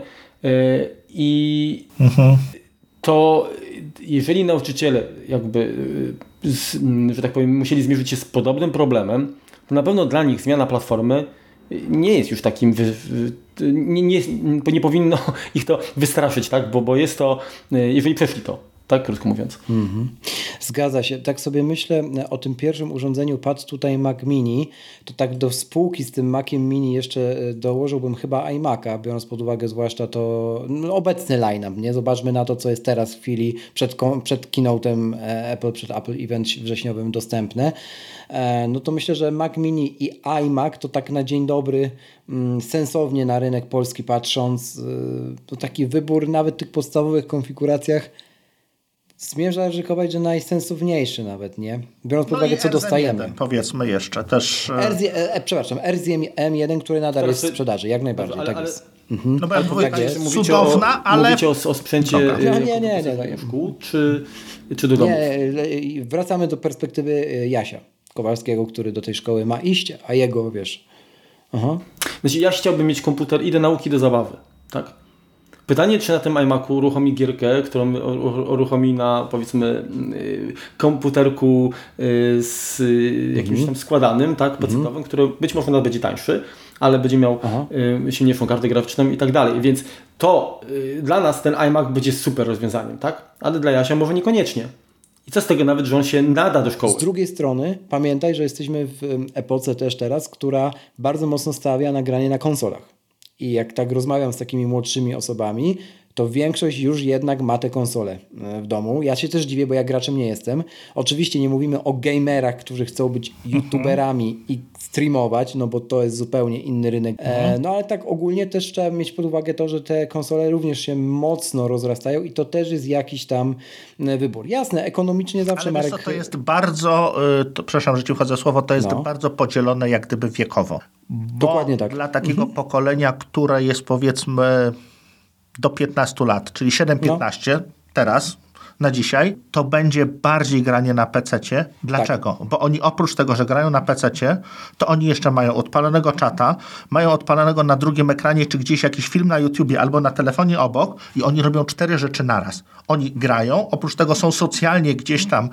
I to jeżeli nauczyciele jakby, że tak powiem, musieli zmierzyć się z podobnym problemem, to na pewno dla nich zmiana platformy nie jest już takim, nie powinno ich to wystraszyć, tak? Bo jest to, jeżeli przeszli to, tak krótko mówiąc. Zgadza się. Tak sobie myślę o tym pierwszym urządzeniu, padł tutaj Mac Mini, to tak do spółki z tym Maciem Mini jeszcze dołożyłbym chyba iMac'a, biorąc pod uwagę zwłaszcza to obecny line-up, nie? Zobaczmy na to, co jest teraz w chwili przed keynote'em Apple, przed Apple Event wrześniowym dostępne. No to myślę, że Mac Mini i iMac to tak na dzień dobry, sensownie na rynek polski patrząc, to taki wybór nawet w tych podstawowych konfiguracjach zmierza ryzykować, że najsensowniejszy nawet, nie? Biorąc pod uwagę, co dostajemy. Powiedzmy jeszcze też... M1, który nadal jest w sprzedaży, jak najbardziej, tak jest. No bo tak jest. Cudowna, ale... Mówicie o sprzęcie nie. szkół, czy do domu? Nie, wracamy do perspektywy Jasia Kowalskiego, który do tej szkoły ma iść, a jego, wiesz... Znaczy, ja chciałbym mieć komputer i do nauki, i do zabawy, tak? Pytanie, czy na tym iMacu uruchomi gierkę, którą uruchomi na, powiedzmy, komputerku z jakimś tam składanym, tak, pecetowym, który być może nawet będzie tańszy, ale będzie miał silniejszą kartę graficzną i tak dalej. Więc to dla nas ten iMac będzie super rozwiązaniem, tak? Ale dla Jasia może niekoniecznie. I co z tego nawet, że on się nada do szkoły? Z drugiej strony pamiętaj, że jesteśmy w epoce też teraz, która bardzo mocno stawia na granie na konsolach. I jak tak rozmawiam z takimi młodszymi osobami, to większość już jednak ma te konsole w domu. Ja się też dziwię, bo ja graczem nie jestem. Oczywiście nie mówimy o gamerach, którzy chcą być youtuberami i streamować, no bo to jest zupełnie inny rynek. No ale tak ogólnie też trzeba mieć pod uwagę to, że te konsole również się mocno rozrastają i to też jest jakiś tam wybór. Jasne, ekonomicznie zawsze, ale Marek... wiesz co, to jest bardzo, przepraszam, że ci wchodzę słowo, to jest bardzo podzielone jak gdyby wiekowo. Dokładnie tak. Dla takiego pokolenia, które jest powiedzmy do 15 lat, czyli 7-15 teraz, na dzisiaj, to będzie bardziej granie na PC-cie. Dlaczego? Bo oni oprócz tego, że grają na PC-cie, to oni jeszcze mają odpalonego czata, mają odpalonego na drugim ekranie, czy gdzieś jakiś film na YouTubie albo na telefonie obok i oni robią 4 rzeczy naraz. Oni grają, oprócz tego są socjalnie gdzieś tam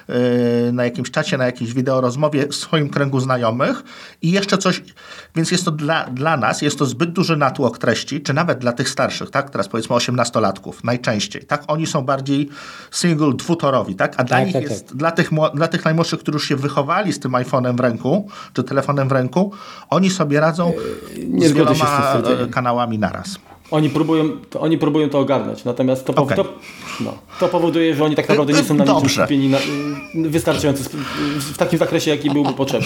na jakimś czacie, na jakiejś wideorozmowie w swoim kręgu znajomych i jeszcze coś, więc jest to dla nas, jest to zbyt duży natłok treści, czy nawet dla tych starszych, tak? Teraz powiedzmy 18-latków, najczęściej, tak? Oni są bardziej single, dwutorowi, tak? A dla nich jest, dla tych najmłodszych, którzy już się wychowali z tym iPhone'em w ręku, czy telefonem w ręku, oni sobie radzą z wieloma kanałami naraz. Oni próbują to ogarnąć, natomiast to powoduje, że oni tak naprawdę nie są na niczym skupieni wystarczająco w takim zakresie, jaki byłby potrzebny.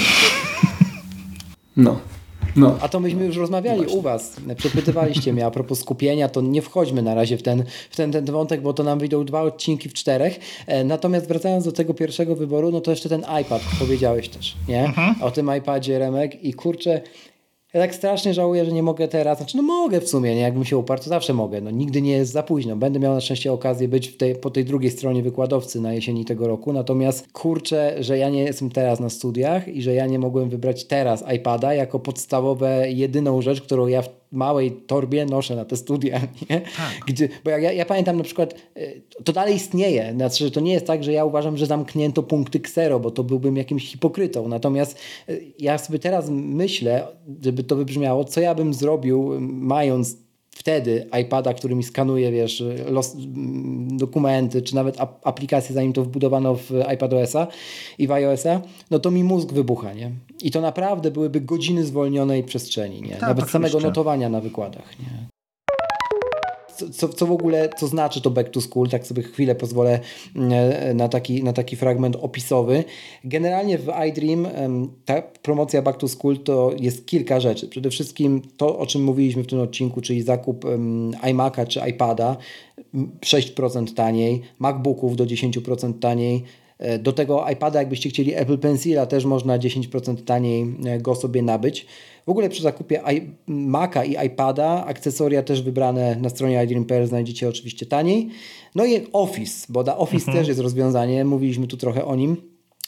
No. A to myśmy już rozmawiali u was. Przepytywaliście mnie a propos skupienia, to nie wchodźmy na razie w ten wątek, bo to nam wyjdą 2 odcinki w 4. Natomiast wracając do tego pierwszego wyboru, no to jeszcze ten iPad powiedziałeś też, nie? O tym iPadzie, Remek, i kurczę, ja tak strasznie żałuję, że nie mogę teraz, znaczy no mogę w sumie, nie? Jakbym się uparł, to zawsze mogę, no nigdy nie jest za późno. Będę miał na szczęście okazję być po tej drugiej stronie wykładowcy na jesieni tego roku, natomiast kurczę, że ja nie jestem teraz na studiach i że ja nie mogłem wybrać teraz iPada jako podstawowe, jedyną rzecz, którą ja w małej torbie noszę na te studia, nie? Tak. Bo ja pamiętam na przykład, to dalej istnieje, znaczy, że to nie jest tak, że ja uważam, że zamknięto punkty Xero, bo to byłbym jakimś hipokrytą, natomiast ja sobie teraz myślę, żeby to wybrzmiało, co ja bym zrobił, mając wtedy iPada, który mi skanuje, wiesz, dokumenty, czy nawet aplikacje, zanim to wbudowano w iPadOS-a i w iOS-a, no to mi mózg wybucha, nie? I to naprawdę byłyby godziny zwolnionej przestrzeni, nie? Tak, nawet oczywiście. samego notowania na wykładach, nie? Co w ogóle, co znaczy to back to school, tak sobie chwilę pozwolę na taki fragment opisowy. Generalnie w iDream ta promocja back to school to jest kilka rzeczy. Przede wszystkim to, o czym mówiliśmy w tym odcinku, czyli zakup iMac'a czy iPada 6% taniej, MacBooków do 10% taniej. Do tego iPada, jakbyście chcieli Apple Pencila, też można 10% taniej go sobie nabyć. W ogóle przy zakupie Maca i iPada akcesoria też wybrane na stronie iDream.pl znajdziecie oczywiście taniej. No i Office, bo Office też jest rozwiązanie, mówiliśmy tu trochę o nim.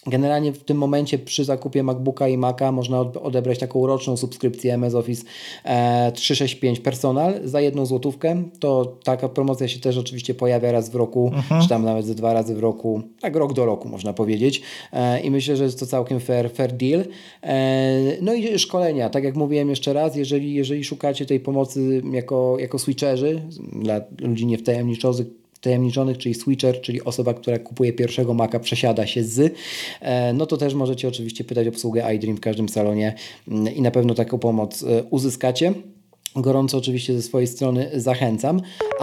Generalnie w tym momencie przy zakupie MacBooka i Maca można odebrać taką roczną subskrypcję MS Office 365 Personal za 1 złotówkę. To taka promocja się też oczywiście pojawia raz w roku, czy tam nawet ze 2 razy w roku, tak rok do roku można powiedzieć. I myślę, że jest to całkiem fair deal. No i szkolenia, tak jak mówiłem jeszcze raz, jeżeli szukacie tej pomocy jako switcherzy, dla ludzi niewtajemniczonych, czyli switcher, czyli osoba, która kupuje pierwszego Maca, przesiada się no to też możecie oczywiście pytać o obsługę iDream w każdym salonie i na pewno taką pomoc uzyskacie. Gorąco oczywiście ze swojej strony zachęcam.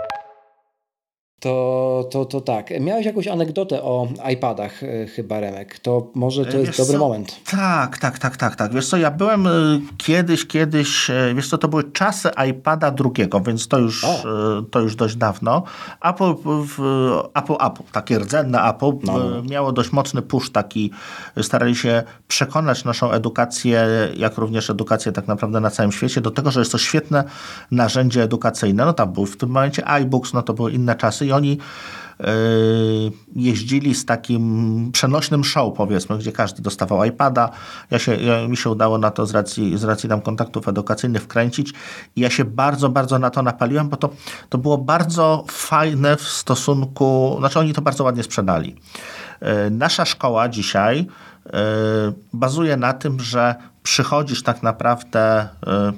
To tak. Miałeś jakąś anegdotę o iPadach chyba, Remek. To może to jest dobry moment. Tak. Wiesz co, ja byłem kiedyś, wiesz co, to były czasy iPada drugiego, więc to już dość dawno. Apple, takie rdzenne Apple miało dość mocny push taki. Starali się przekonać naszą edukację, jak również edukację tak naprawdę na całym świecie, do tego, że jest to świetne narzędzie edukacyjne. No tam był w tym momencie iBooks, no to były inne czasy i oni jeździli z takim przenośnym show, powiedzmy, gdzie każdy dostawał iPada. Mi się udało na to z racji tam kontaktów edukacyjnych wkręcić i ja się bardzo, bardzo na to napaliłem, bo to było bardzo fajne w stosunku, znaczy oni to bardzo ładnie sprzedali. Nasza szkoła dzisiaj bazuje na tym, że przychodzisz tak naprawdę,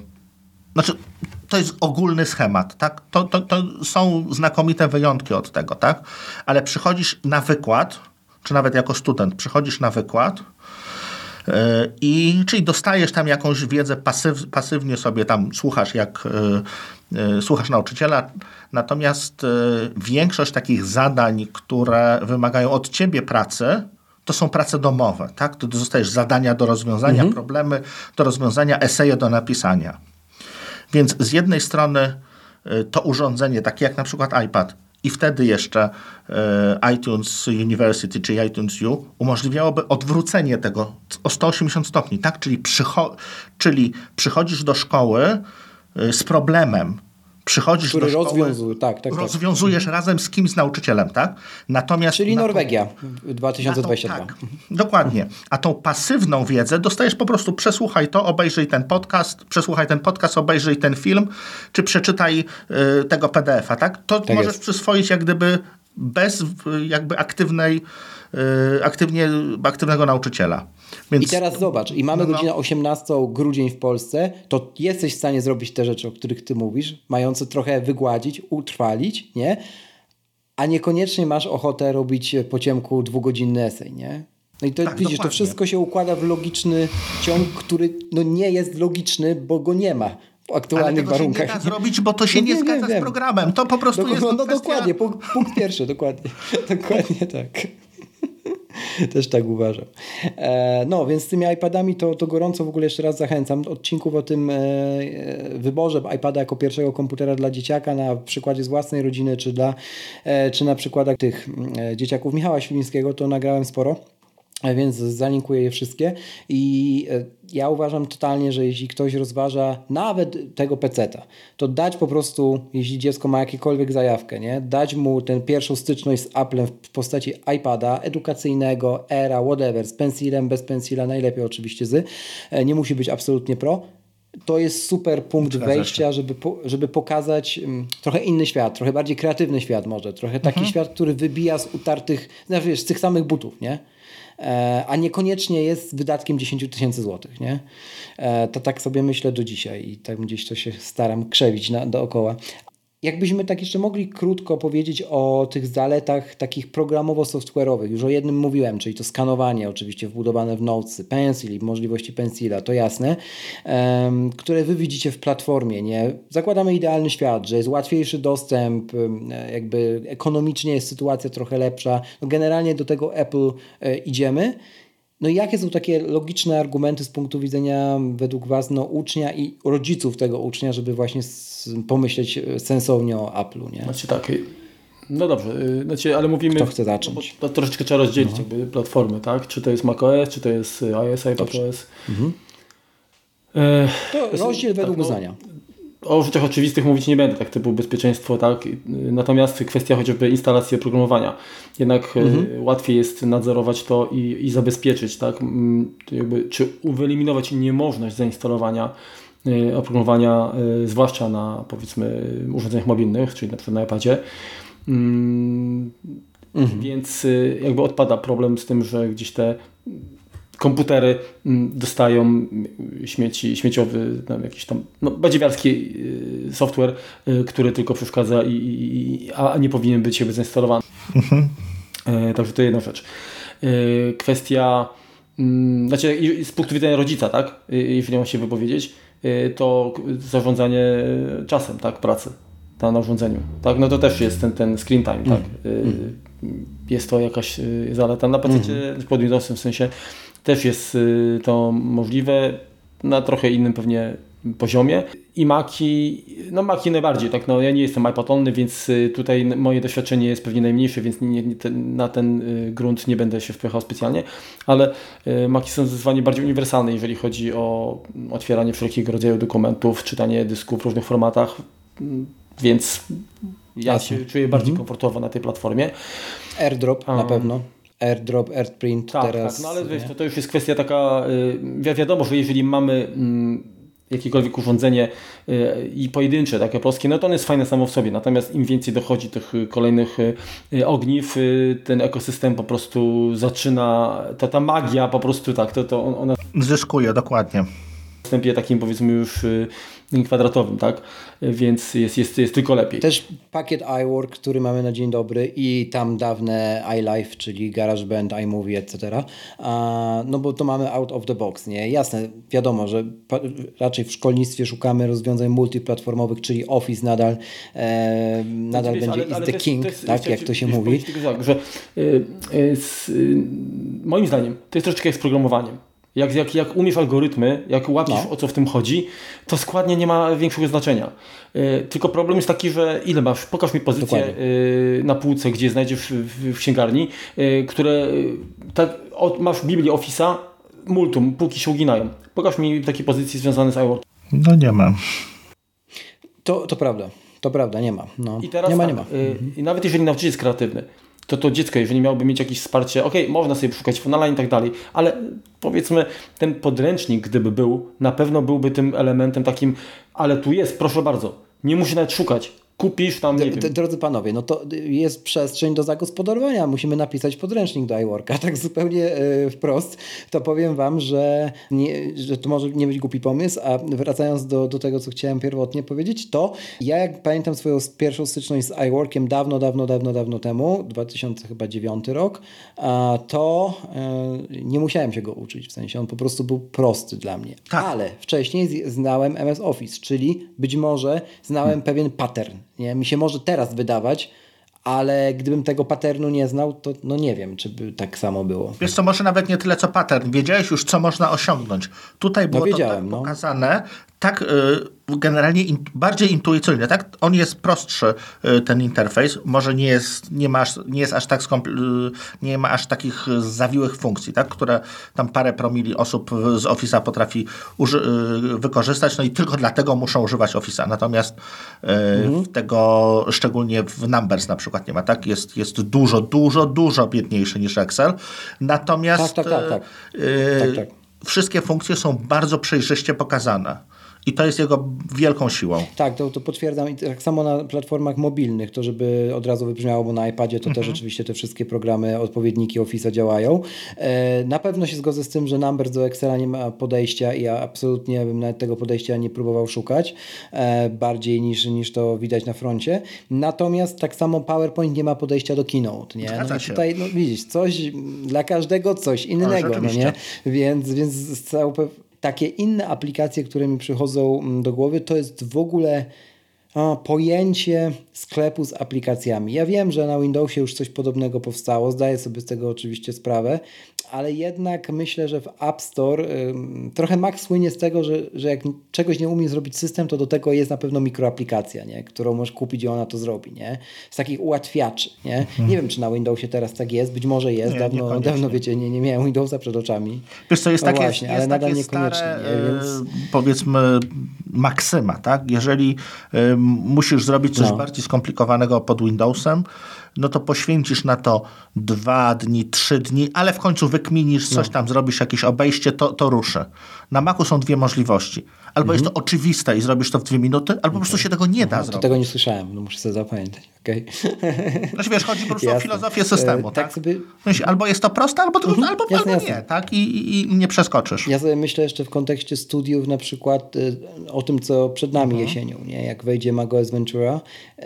to jest ogólny schemat, tak? To są znakomite wyjątki od tego, tak? Ale przychodzisz na wykład, czy nawet jako student przychodzisz na wykład czyli dostajesz tam jakąś wiedzę pasywnie sobie tam słuchasz nauczyciela, natomiast większość takich zadań, które wymagają od ciebie pracy, to są prace domowe, tak? Tu dostajesz zadania do rozwiązania, problemy do rozwiązania, eseje do napisania. Więc z jednej strony to urządzenie, takie jak na przykład iPad i wtedy jeszcze iTunes University czy iTunes U umożliwiałoby odwrócenie tego o 180 stopni, tak? Czyli przychodzisz do szkoły z problemem, który rozwiązujesz razem z kimś, z nauczycielem, tak? Natomiast czyli Norwegia 2022. Tak, dokładnie. A tą pasywną wiedzę dostajesz po prostu przesłuchaj to, obejrzyj ten podcast, obejrzyj ten film, czy przeczytaj tego PDF-a, tak? To tak możesz przyswoić jak gdyby bez jakby aktywnego nauczyciela. Więc... I teraz zobacz, i mamy godzinę 18 grudzień w Polsce, to jesteś w stanie zrobić te rzeczy, o których ty mówisz, mające trochę wygładzić, utrwalić, nie? A niekoniecznie masz ochotę robić po ciemku 2-godzinny esej, nie? No i to widzisz, dokładnie. To wszystko się układa w logiczny ciąg, który nie jest logiczny, bo go nie ma w aktualnych warunkach. Ale tego się nie da zrobić, bo to się nie zgadza z programem. To po prostu jest kwestia... Dokładnie, punkt pierwszy, dokładnie. Dokładnie tak. Też tak uważam. Więc z tymi iPadami to gorąco w ogóle jeszcze raz zachęcam. Odcinków o tym wyborze iPada jako pierwszego komputera dla dzieciaka na przykładzie z własnej rodziny, czy na przykładach tych dzieciaków Michała Śliwińskiego, to nagrałem sporo. Więc zalinkuję je wszystkie i ja uważam totalnie, że jeśli ktoś rozważa nawet tego peceta, to dać po prostu, jeśli dziecko ma jakiekolwiek zajawkę, nie? Dać mu tę pierwszą styczność z Applem w postaci iPada edukacyjnego, Era, whatever, z pensilem, bez pensila, najlepiej oczywiście nie musi być absolutnie pro. To jest super punkt wejścia, żeby pokazać trochę inny świat, trochę bardziej kreatywny świat może, trochę taki świat, który wybija z utartych, z tych samych butów, nie? A niekoniecznie jest wydatkiem 10 000 złotych, nie? To tak sobie myślę do dzisiaj i tak gdzieś to się staram krzewić dookoła. Jakbyśmy tak jeszcze mogli krótko powiedzieć o tych zaletach takich programowo-software'owych. Już o jednym mówiłem, czyli to skanowanie oczywiście wbudowane w Notesy, Pencil i możliwości Pencila, to jasne, które wy widzicie w platformie, nie? Zakładamy idealny świat, że jest łatwiejszy dostęp, jakby ekonomicznie jest sytuacja trochę lepsza. No generalnie do tego Apple idziemy. No i jakie są takie logiczne argumenty z punktu widzenia według was ucznia i rodziców tego ucznia, żeby właśnie pomyśleć sensownie o Apple'u, nie? Znaczy tak, no dobrze, ale mówimy... Kto chce zacząć? To troszeczkę trzeba rozdzielić jakby platformy, tak? Czy to jest macOS, czy to jest iOS, iPadOS. To rozdziel według uznania. o rzeczach oczywistych mówić nie będę, tak, typu bezpieczeństwo, tak, natomiast kwestia chociażby instalacji oprogramowania. Jednak łatwiej jest nadzorować to i zabezpieczyć, tak, czy wyeliminować niemożność zainstalowania oprogramowania, zwłaszcza na, powiedzmy, urządzeniach mobilnych, czyli na przykład na iPadzie. Więc jakby odpada problem z tym, że gdzieś te komputery dostają śmieciowy, tam jakiś tam badziewiarski software, który tylko przeszkadza, a nie powinien być jakby zainstalowany. Także to jedna rzecz. Kwestia, znaczy z punktu widzenia rodzica, tak, jeżeli mam się wypowiedzieć, to zarządzanie czasem, tak, pracy na urządzeniu, tak, no to też jest ten screen time, tak, jest to jakaś zaleta na PC pod Windowsem, w sensie też jest to możliwe na trochę innym pewnie poziomie i Maci najbardziej, tak, no ja nie jestem iPad-only, więc tutaj moje doświadczenie jest pewnie najmniejsze, więc na ten grunt nie będę się wpychał specjalnie, ale Maci są zdecydowanie bardziej uniwersalne, jeżeli chodzi o otwieranie wszelkiego rodzaju dokumentów, czytanie dysków w różnych formatach, więc ja się czuję bardziej komfortowo na tej platformie. AirDrop na pewno. AirDrop, AirPrint teraz. Tak, no ale wiesz, to już jest kwestia taka, wiadomo, że jeżeli mamy jakiekolwiek urządzenie i pojedyncze, takie polskie, no to on jest fajne samo w sobie, natomiast im więcej dochodzi tych kolejnych ogniw, ten ekosystem po prostu zaczyna, ta magia po prostu tak, ona zyskuje, dokładnie. W wstępie takim, powiedzmy, już kwadratowym, tak? Więc jest tylko lepiej. Też pakiet iWork, który mamy na dzień dobry i tam dawne iLife, czyli GarageBand, iMovie, etc. No bo to mamy out of the box, nie? Jasne, wiadomo, że raczej w szkolnictwie szukamy rozwiązań multiplatformowych, czyli Office nadal będzie the king, tak, jak to się mówi. Tak, że moim zdaniem to jest troszeczkę jak z programowaniem. Jak umiesz algorytmy, jak łapisz o co w tym chodzi, to składnie nie ma większego znaczenia. Tylko problem jest taki, że ile masz, pokaż mi pozycję na półce, gdzie znajdziesz w księgarni, które masz Biblię Office'a, multum, półki się uginają. Pokaż mi takie pozycje związane z iWork. No nie ma. To prawda. To prawda, nie ma. No. I teraz nie ma. I nawet jeżeli nauczyciel jest kreatywny, to dziecko, jeżeli miałoby mieć jakieś wsparcie, można sobie szukać fonala i tak dalej, ale powiedzmy ten podręcznik, gdyby był, na pewno byłby tym elementem takim, ale tu jest, proszę bardzo, nie musisz nawet szukać. Kupisz tam, nie wiem. Drodzy panowie, no to jest przestrzeń do zagospodarowania. Musimy napisać podręcznik do iWorka. Tak zupełnie wprost. To powiem wam, że to może nie być głupi pomysł, a wracając do tego, co chciałem pierwotnie powiedzieć, to ja jak pamiętam swoją pierwszą styczność z iWorkiem dawno temu, 2009 rok, to nie musiałem się go uczyć. W sensie on po prostu był prosty dla mnie. Tak. Ale wcześniej znałem MS Office, czyli być może znałem pewien pattern. Nie? Mi się może teraz wydawać, ale gdybym tego patternu nie znał, to no nie wiem, czy by tak samo było. Wiesz co, może nawet nie tyle co pattern. Wiedziałeś już, co można osiągnąć. Tutaj było pokazane tak generalnie bardziej intuicyjnie. Tak? On jest prostszy, ten interfejs. Może nie jest aż tak nie ma aż takich zawiłych funkcji, tak? Które tam parę promili osób z Office'a potrafi wykorzystać, no i tylko dlatego muszą używać Office'a. Natomiast tego szczególnie w Numbers na przykład nie ma. Tak? Jest dużo biedniejszy niż Excel. Natomiast tak. wszystkie funkcje są bardzo przejrzyście pokazane. I to jest jego wielką siłą. Tak, to potwierdzam. I tak samo na platformach mobilnych, to żeby od razu wybrzmiało, bo na iPadzie to też oczywiście te wszystkie programy, odpowiedniki Office'a działają. Na pewno się zgodzę z tym, że Numbers do Excela nie ma podejścia i ja absolutnie bym nawet tego podejścia nie próbował szukać bardziej niż to widać na froncie. Natomiast tak samo PowerPoint nie ma podejścia do Keynote. Nie? No tutaj widzisz, coś dla każdego coś innego. No nie? Więc z całą takie inne aplikacje, które mi przychodzą do głowy, to jest w ogóle pojęcie sklepu z aplikacjami. Ja wiem, że na Windowsie już coś podobnego powstało, zdaję sobie z tego oczywiście sprawę, ale jednak myślę, że w App Store trochę Mac słynie z tego, że jak czegoś nie umie zrobić system, to do tego jest na pewno mikroaplikacja, nie? Którą możesz kupić i ona to zrobi. Nie? Z takich ułatwiaczy. Nie? Nie wiem, czy na Windowsie teraz tak jest, być może jest. Dawno wiecie, nie miałem Windowsa przed oczami. Wiesz co, jest no takie, właśnie, jest ale nadal takie niekoniecznie. stare, nie? Więc... powiedzmy maksyma, tak? Jeżeli musisz zrobić coś bardziej skomplikowanego pod Windowsem, no to poświęcisz na to 2 dni, 3 dni, ale w końcu wykminisz coś tam, zrobisz jakieś obejście, to ruszy. Na Macu są dwie możliwości. Albo jest to oczywiste i zrobisz to w 2 minuty, albo po prostu się tego nie da zrobić. Tego nie słyszałem, no muszę sobie zapamiętać. Okay. Znaczy wiesz, chodzi po prostu o filozofię systemu. Tak? Sobie... Albo jest to proste, albo nie. Tak? I nie przeskoczysz. Ja sobie myślę jeszcze w kontekście studiów na przykład o tym, co przed nami jesienią. Nie? Jak wejdzie macOS Ventura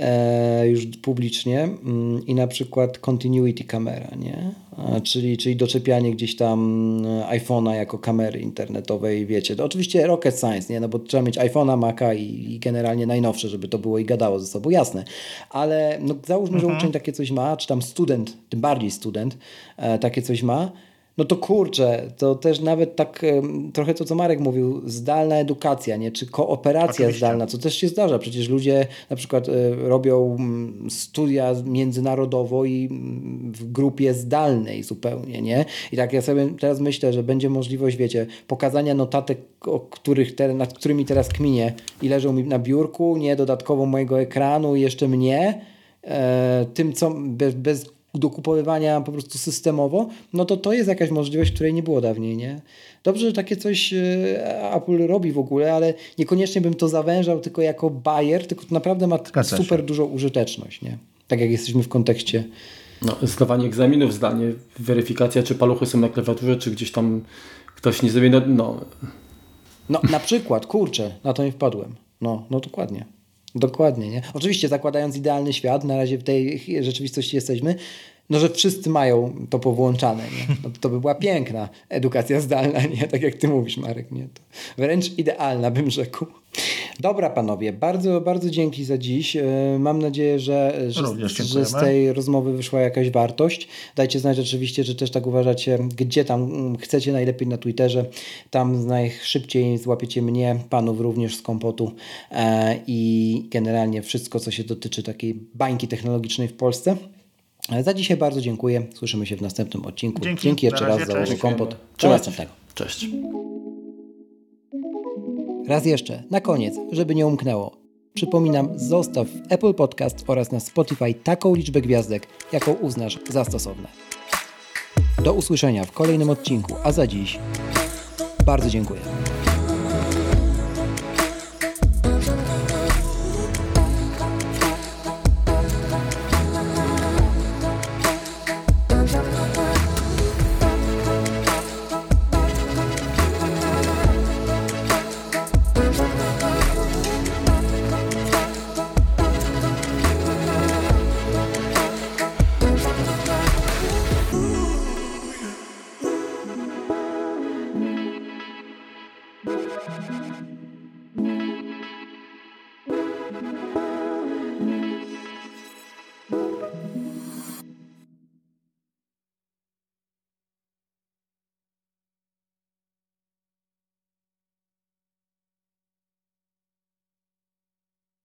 już publicznie i na przykład continuity kamera, nie? Czyli doczepianie gdzieś tam iPhone'a jako kamery internetowej, wiecie. To oczywiście rocket science, nie? No bo trzeba mieć iPhone'a, Maca i generalnie najnowsze, żeby to było i gadało ze sobą, jasne. Ale no, załóżmy, że uczeń takie coś ma, czy tam student, tym bardziej student takie coś ma, no to kurczę, to też nawet tak trochę to, co Marek mówił, zdalna edukacja, nie? Czy kooperacja zdalna, co też się zdarza. Przecież ludzie na przykład robią studia międzynarodowo i w grupie zdalnej zupełnie, nie? I tak ja sobie teraz myślę, że będzie możliwość, wiecie, pokazania notatek, nad którymi teraz kminię i leżą mi na biurku, nie? Dodatkowo mojego ekranu i jeszcze mnie, tym co bez dokupowywania po prostu systemowo, no to jest jakaś możliwość, której nie było dawniej, nie? Dobrze, że takie coś Apple robi w ogóle, ale niekoniecznie bym to zawężał tylko jako bajer, tylko to naprawdę ma super dużą użyteczność, nie? Tak jak jesteśmy w kontekście. No, zdawanie egzaminów zdalnie, weryfikacja, czy paluchy są na klawiaturze, czy gdzieś tam ktoś nie zrobi, No na przykład, kurczę, na to nie wpadłem. No dokładnie. Dokładnie, nie? Oczywiście zakładając idealny świat, na razie w tej rzeczywistości jesteśmy, no że wszyscy mają to powłączane, nie? No, to by była piękna edukacja zdalna, nie? Tak jak ty mówisz, Marek, nie? To wręcz idealna, bym rzekł. Dobra, panowie, bardzo, bardzo dzięki za dziś. Mam nadzieję, że z tej rozmowy wyszła jakaś wartość. Dajcie znać oczywiście, że też tak uważacie, gdzie tam chcecie, najlepiej na Twitterze. Tam najszybciej złapiecie mnie, panów również z Kompotu i generalnie wszystko, co się dotyczy takiej bańki technologicznej w Polsce. Za dzisiaj bardzo dziękuję. Słyszymy się w następnym odcinku. Dzięki jeszcze raz za uwagę. Kompot. Do następnego. Cześć. Raz jeszcze, na koniec, żeby nie umknęło. Przypominam, zostaw w Apple Podcast oraz na Spotify taką liczbę gwiazdek, jaką uznasz za stosowne. Do usłyszenia w kolejnym odcinku, a za dziś bardzo dziękuję.